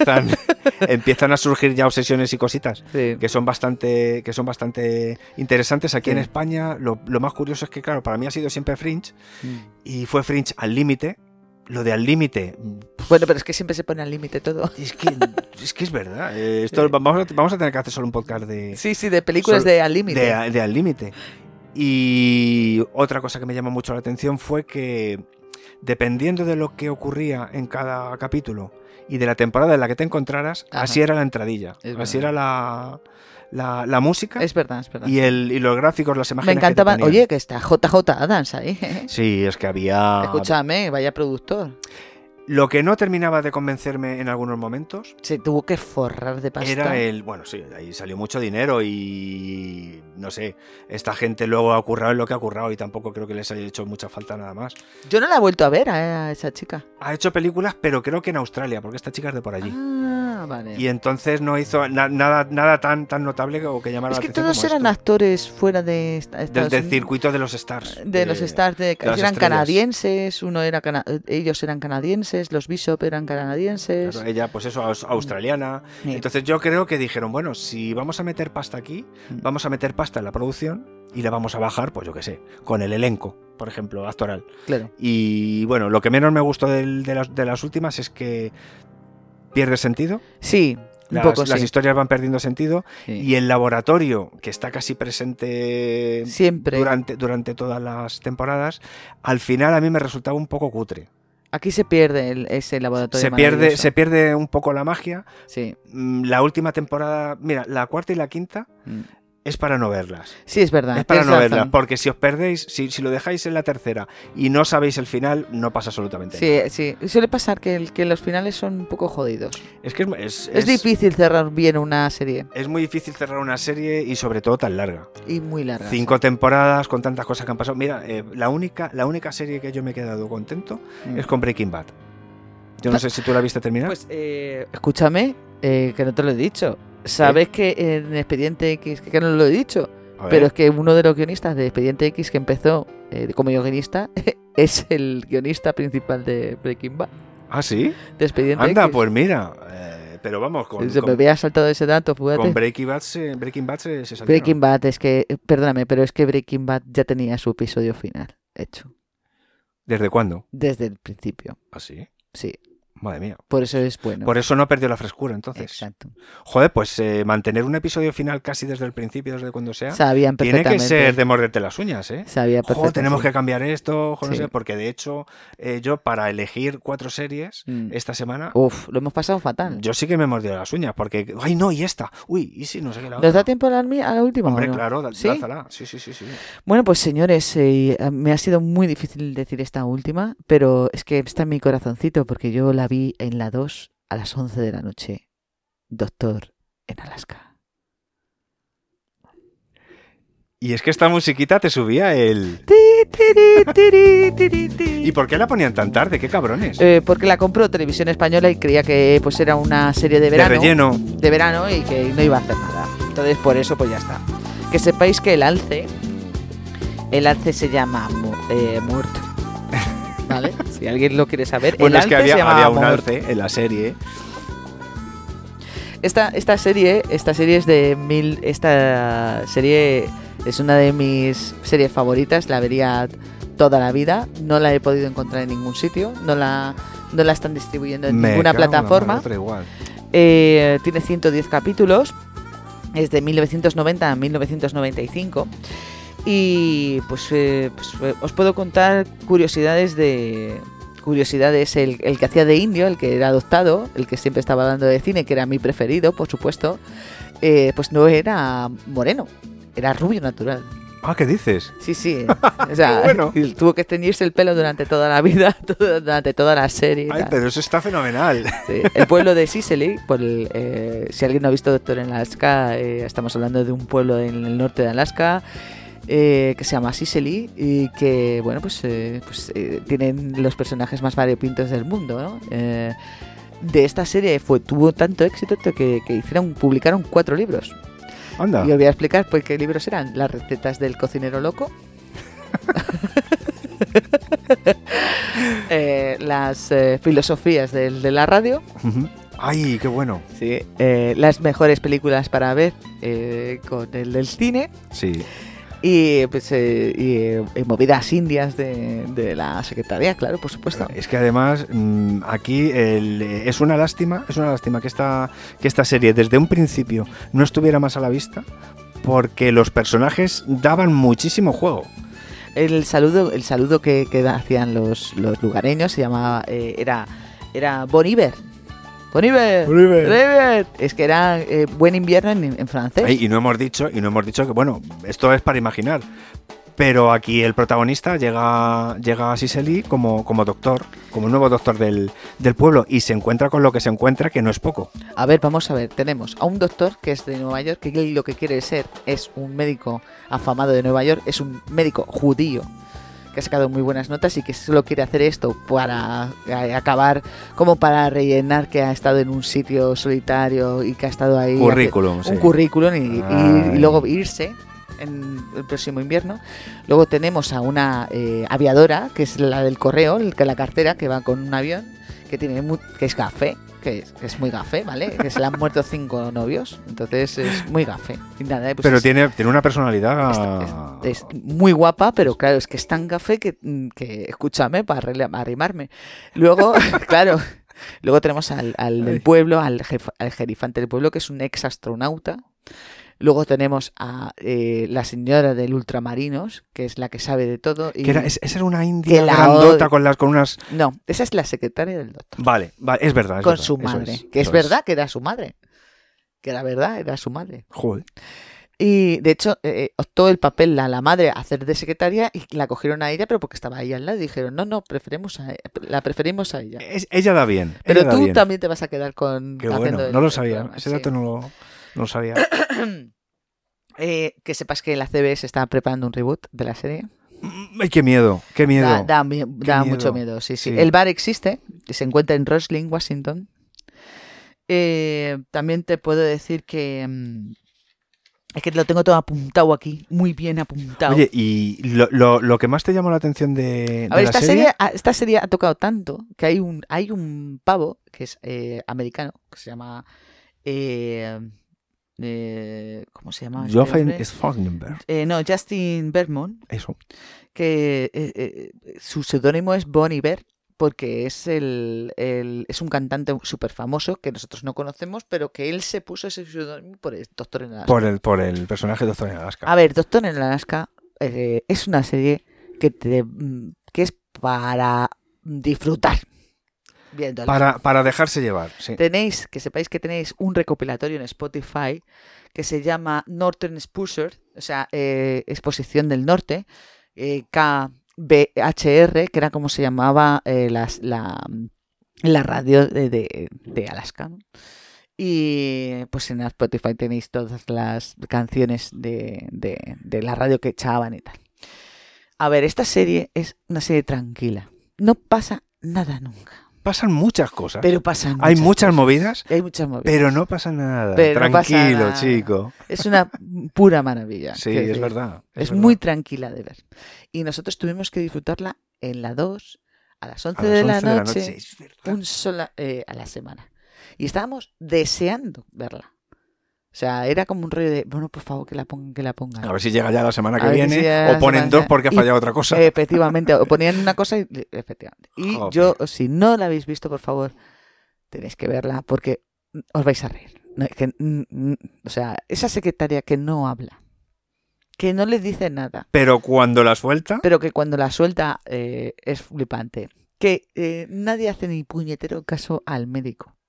S1: a surgir ya obsesiones y cositas que son bastante interesantes aquí en España. Lo más curioso es que, claro, para mí ha sido siempre Fringe y fue Fringe al límite. Lo de al límite...
S2: Bueno, pero es que siempre se pone al límite todo.
S1: Es que es verdad. Esto vamos a tener que hacer solo un podcast de...
S2: Sí, de películas de al límite.
S1: De al límite. Y otra cosa que me llamó mucho la atención fue que dependiendo de lo que ocurría en cada capítulo y de la temporada en la que te encontraras, así era la entradilla, así era la música.
S2: Es verdad.
S1: Y los gráficos, las imágenes.
S2: Me encantaban. Oye, que está JJ Adams ahí.
S1: Sí, es que había...
S2: Escúchame, vaya productor.
S1: Lo que no terminaba de convencerme en algunos momentos...
S2: Se tuvo que forrar de pasta.
S1: Era bueno, sí, ahí salió mucho dinero y... No sé, esta gente luego ha currado en lo que ha currado y tampoco creo que les haya hecho mucha falta nada más.
S2: Yo no la he vuelto a ver a esa chica.
S1: Ha hecho películas, pero creo que en Australia, porque esta chica es de por allí.
S2: Vale.
S1: Y entonces no hizo nada tan notable o que llamara la atención.
S2: Es que todos eran actores fuera de
S1: del circuito de los stars.
S2: De los stars, que eran estrellas. Canadienses, ellos eran canadienses, los Bishop eran canadienses.
S1: Claro, ella, pues eso, australiana. Sí. Entonces yo creo que dijeron, bueno, si vamos a meter pasta aquí, vamos a meter pasta en la producción y la vamos a bajar, pues yo qué sé, con el elenco, por ejemplo, actoral.
S2: Claro.
S1: Y bueno, lo que menos me gustó de las últimas es que pierde sentido.
S2: Sí.
S1: Las historias van perdiendo sentido y el laboratorio, que está casi presente
S2: siempre
S1: durante todas las temporadas, al final a mí me resultaba un poco cutre.
S2: Aquí se pierde ese laboratorio.
S1: Se pierde un poco la magia.
S2: Sí.
S1: La última temporada, mira, la cuarta y la quinta es para no verlas.
S2: Sí, es verdad.
S1: Es para no verlas, porque si os perdéis, si lo dejáis en la tercera y no sabéis el final, no pasa absolutamente nada.
S2: Sí. Suele pasar que los finales son un poco jodidos.
S1: Es que
S2: es difícil cerrar bien una serie.
S1: Es muy difícil cerrar una serie y sobre todo tan larga.
S2: Y muy larga.
S1: 5 temporadas con tantas cosas que han pasado. Mira, la única serie que yo me he quedado contento es con Breaking Bad. Yo no sé si tú la viste terminar.
S2: Pues escúchame, que no te lo he dicho. ¿Sabes que en Expediente X, que no lo he dicho, pero es que uno de los guionistas de Expediente X que empezó como guionista es el guionista principal de Breaking Bad?
S1: ¿Ah, sí?
S2: De Expediente
S1: Anda,
S2: X.
S1: Pues mira, pero vamos
S2: me había saltado ese dato, fíjate.
S1: Con Breaking Bad se salieron.
S2: Breaking Bad, es que, perdóname, pero es que Breaking Bad ya tenía su episodio final hecho.
S1: ¿Desde cuándo?
S2: Desde el principio.
S1: ¿Ah, sí?
S2: Sí.
S1: Madre mía.
S2: Por eso es bueno.
S1: Por eso no perdió la frescura, entonces.
S2: Exacto.
S1: Joder, pues mantener un episodio final casi desde el principio, desde cuando sea,
S2: sabían perfectamente.
S1: Tiene que ser de morderte las uñas, ¿eh?
S2: Sabía perfectamente.
S1: Joder, tenemos que cambiar esto, no sé, porque de hecho yo para elegir 4 series esta semana...
S2: Uf, lo hemos pasado fatal.
S1: Yo sí que me mordió las uñas, porque... ¡Ay, no! Y esta. Uy, y si no sé qué la otra.
S2: ¿Nos da tiempo a la última?
S1: Hombre,
S2: ¿o no?
S1: claro,
S2: ¿Sí?
S1: lánzala. Sí.
S2: Bueno, pues señores, me ha sido muy difícil decir esta última, pero es que está en mi corazoncito, porque yo la vi en la 2 a las 11 de la noche. Doctor en Alaska.
S1: Y es que esta musiquita te subía el... ¿Y por qué la ponían tan tarde? ¡Qué cabrones!
S2: Porque la compró Televisión Española y creía que pues era una serie de verano.
S1: De relleno.
S2: De verano y que no iba a hacer nada. Entonces por eso pues ya está. Que sepáis que el alce se llama Mort. ¿Vale? Si alguien lo quiere saber.
S1: Bueno,
S2: el
S1: es que había un alce en la serie.
S2: Esta serie es esta serie es una de mis series favoritas, la vería toda la vida, no la he podido encontrar en ningún sitio, no la están distribuyendo en ninguna plataforma. Tiene 110 capítulos, es de 1990 a 1995 y pues os puedo contar curiosidades, el que hacía de indio, el que era adoptado, el que siempre estaba hablando de cine, que era mi preferido, por supuesto, pues no era moreno, era rubio natural.
S1: Ah, ¿qué dices?
S2: Sí. O sea, bueno. Tuvo que teñirse el pelo durante toda la vida, durante toda la serie.
S1: Ay, pero eso está fenomenal.
S2: Sí. El pueblo de Sicily, si alguien no ha visto Doctor en Alaska, estamos hablando de un pueblo en el norte de Alaska que se llama Sicily y que, bueno, pues tienen los personajes más variopintos del mundo, ¿no? De esta serie tuvo tanto éxito que publicaron 4 libros.
S1: Anda.
S2: Y os voy a explicar pues, qué libros eran. Las recetas del cocinero loco. Las filosofías de la radio.
S1: ¡Ay, qué bueno!
S2: Sí. Las mejores películas para ver con el del cine.
S1: Sí.
S2: Y pues movidas indias de la secretaría, claro, por supuesto.
S1: Es que además aquí es una lástima que esta serie desde un principio no estuviera más a la vista, porque los personajes daban muchísimo juego.
S2: El saludo que hacían los lugareños se llamaba era Bon Iver. Boniver. Es que era buen invierno en francés.
S1: Y no hemos dicho que, bueno, esto es para imaginar, pero aquí el protagonista llega a Sicily como doctor, como nuevo doctor del pueblo, y se encuentra con lo que se encuentra, que no es poco.
S2: A ver, vamos a ver, tenemos a un doctor que es de Nueva York, que lo que quiere ser es un médico afamado de Nueva York, es un médico judío, que ha sacado muy buenas notas y que solo quiere hacer esto para acabar, como para rellenar que ha estado en un sitio solitario y que ha estado ahí.
S1: Currículum,
S2: un currículum y luego irse en el próximo invierno. Luego tenemos a una aviadora, que es la del correo, la cartera, que va con un avión, que es gafé. Que es muy gafé, ¿vale? Que se le han muerto 5 novios, entonces es muy gafé. Y nada, pues
S1: pero tiene una personalidad...
S2: Es muy guapa, pero claro, es que es tan gafé que escúchame, para arrimarme. Luego, claro, luego tenemos al del pueblo, al jerifante del pueblo, que es un ex astronauta. Luego tenemos a la señora del Ultramarinos, que es la que sabe de todo. Y
S1: esa era una india grandota con unas...
S2: No, esa es la secretaria del doctor.
S1: Vale, es verdad.
S2: Con su madre. Es verdad que era su madre. Que era verdad, era su madre.
S1: Joder.
S2: Y de hecho, optó el papel la madre a hacer de secretaria y la cogieron a ella, pero porque estaba ahí al lado y dijeron, no, la preferimos a ella.
S1: Ella da bien.
S2: Pero tú también te vas a quedar con...
S1: Qué bueno, no lo sabía. Ese dato no lo sabía.
S2: Que sepas que la CBS está preparando un reboot de la serie.
S1: ¡Ay, qué miedo! ¡Qué miedo!
S2: Da mucho miedo, sí. El bar existe, se encuentra en Roslyn, Washington. También te puedo decir que... es que lo tengo todo apuntado aquí, muy bien apuntado.
S1: Oye, y lo que más te llamó la atención de
S2: a ver,
S1: la serie...
S2: esta serie ha tocado tanto que hay un pavo que es americano, que se llama... ¿cómo se llama? Justin Vermont.
S1: Eso.
S2: Que su seudónimo es Bon Iver, porque es es un cantante súper famoso que nosotros no conocemos, pero que él se puso ese seudónimo por el Doctor en Alaska.
S1: Por el personaje Doctor en Alaska.
S2: A ver, Doctor en Alaska es una serie que es para disfrutar.
S1: Para dejarse llevar, sí.
S2: Que sepáis que tenéis un recopilatorio en Spotify que se llama Northern Exposure, o sea, Exposición del Norte, KBHR, que era como se llamaba la radio de Alaska. Y pues en Spotify tenéis todas las canciones de la radio que echaban y tal. A ver, esta serie es una serie tranquila. No pasa nada nunca.
S1: Pasan muchas cosas.
S2: Pero pasan
S1: Hay muchas movidas.
S2: Hay muchas movidas.
S1: Pero no pasa nada.
S2: Pero
S1: tranquilo,
S2: no pasa nada.
S1: Chico.
S2: Es una pura maravilla.
S1: Sí, es verdad.
S2: Es muy tranquila de ver. Y nosotros tuvimos que disfrutarla en la 2, a las 11 de la noche, a la semana. Y estábamos deseando verla. O sea, era como un rollo de, bueno, por favor, que la pongan.
S1: A ver si llega ya la semana que viene, o ponen 2 porque ha fallado otra cosa.
S2: Efectivamente, o ponían una cosa y efectivamente. Y yo, si no la habéis visto, por favor, tenéis que verla porque os vais a reír. O sea, esa secretaria que no habla, que no le dice nada.
S1: Pero cuando la suelta...
S2: Pero que cuando la suelta es flipante. Que nadie hace ni puñetero caso al médico.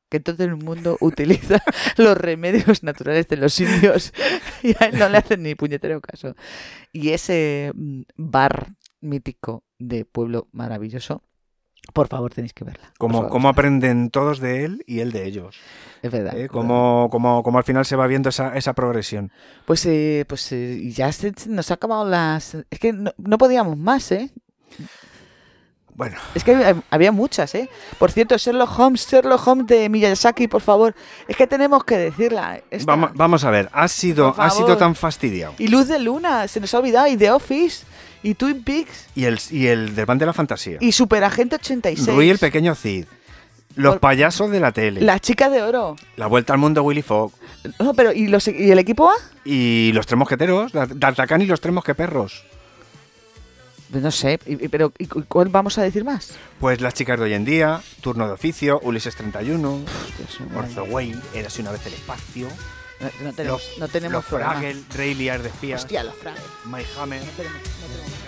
S2: que todo el mundo utiliza los remedios naturales de los indios y a él no le hacen ni puñetero caso. Y ese bar mítico de Pueblo Maravilloso, por favor, tenéis que verla.
S1: Cómo aprenden todos de él y él de ellos.
S2: Es verdad.
S1: Cómo al final se va viendo esa progresión.
S2: Pues ya nos ha acabado las... Es que no podíamos más, ¿eh?
S1: Bueno.
S2: Es que había muchas, ¿eh? Por cierto, Sherlock Holmes de Miyazaki, por favor. Es que tenemos que decirla.
S1: Vamos a ver, ha sido tan fastidiado.
S2: Y Luz de Luna, se nos ha olvidado. Y The Office, y Twin Peaks.
S1: Y el Desván de la Fantasía.
S2: Y Superagente 86.
S1: Rui el Pequeño Cid. Los payasos de la tele.
S2: La Chica de Oro.
S1: La Vuelta al Mundo de Willy Fogg.
S2: No, pero ¿y el equipo A?
S1: Y los Tres Mosqueteros, D'Artagnan y los Tres Mosqueperros.
S2: No sé, pero ¿y cuál vamos a decir más?
S1: Pues Las chicas de hoy en día, Turno de oficio, Ulises 31, Way, Érase una vez el espacio.
S2: No tenemos
S1: los Fraggle, Rey Liar de espías.
S2: Hostia, los Fraggle.
S1: My Hammer.
S2: No tenemos.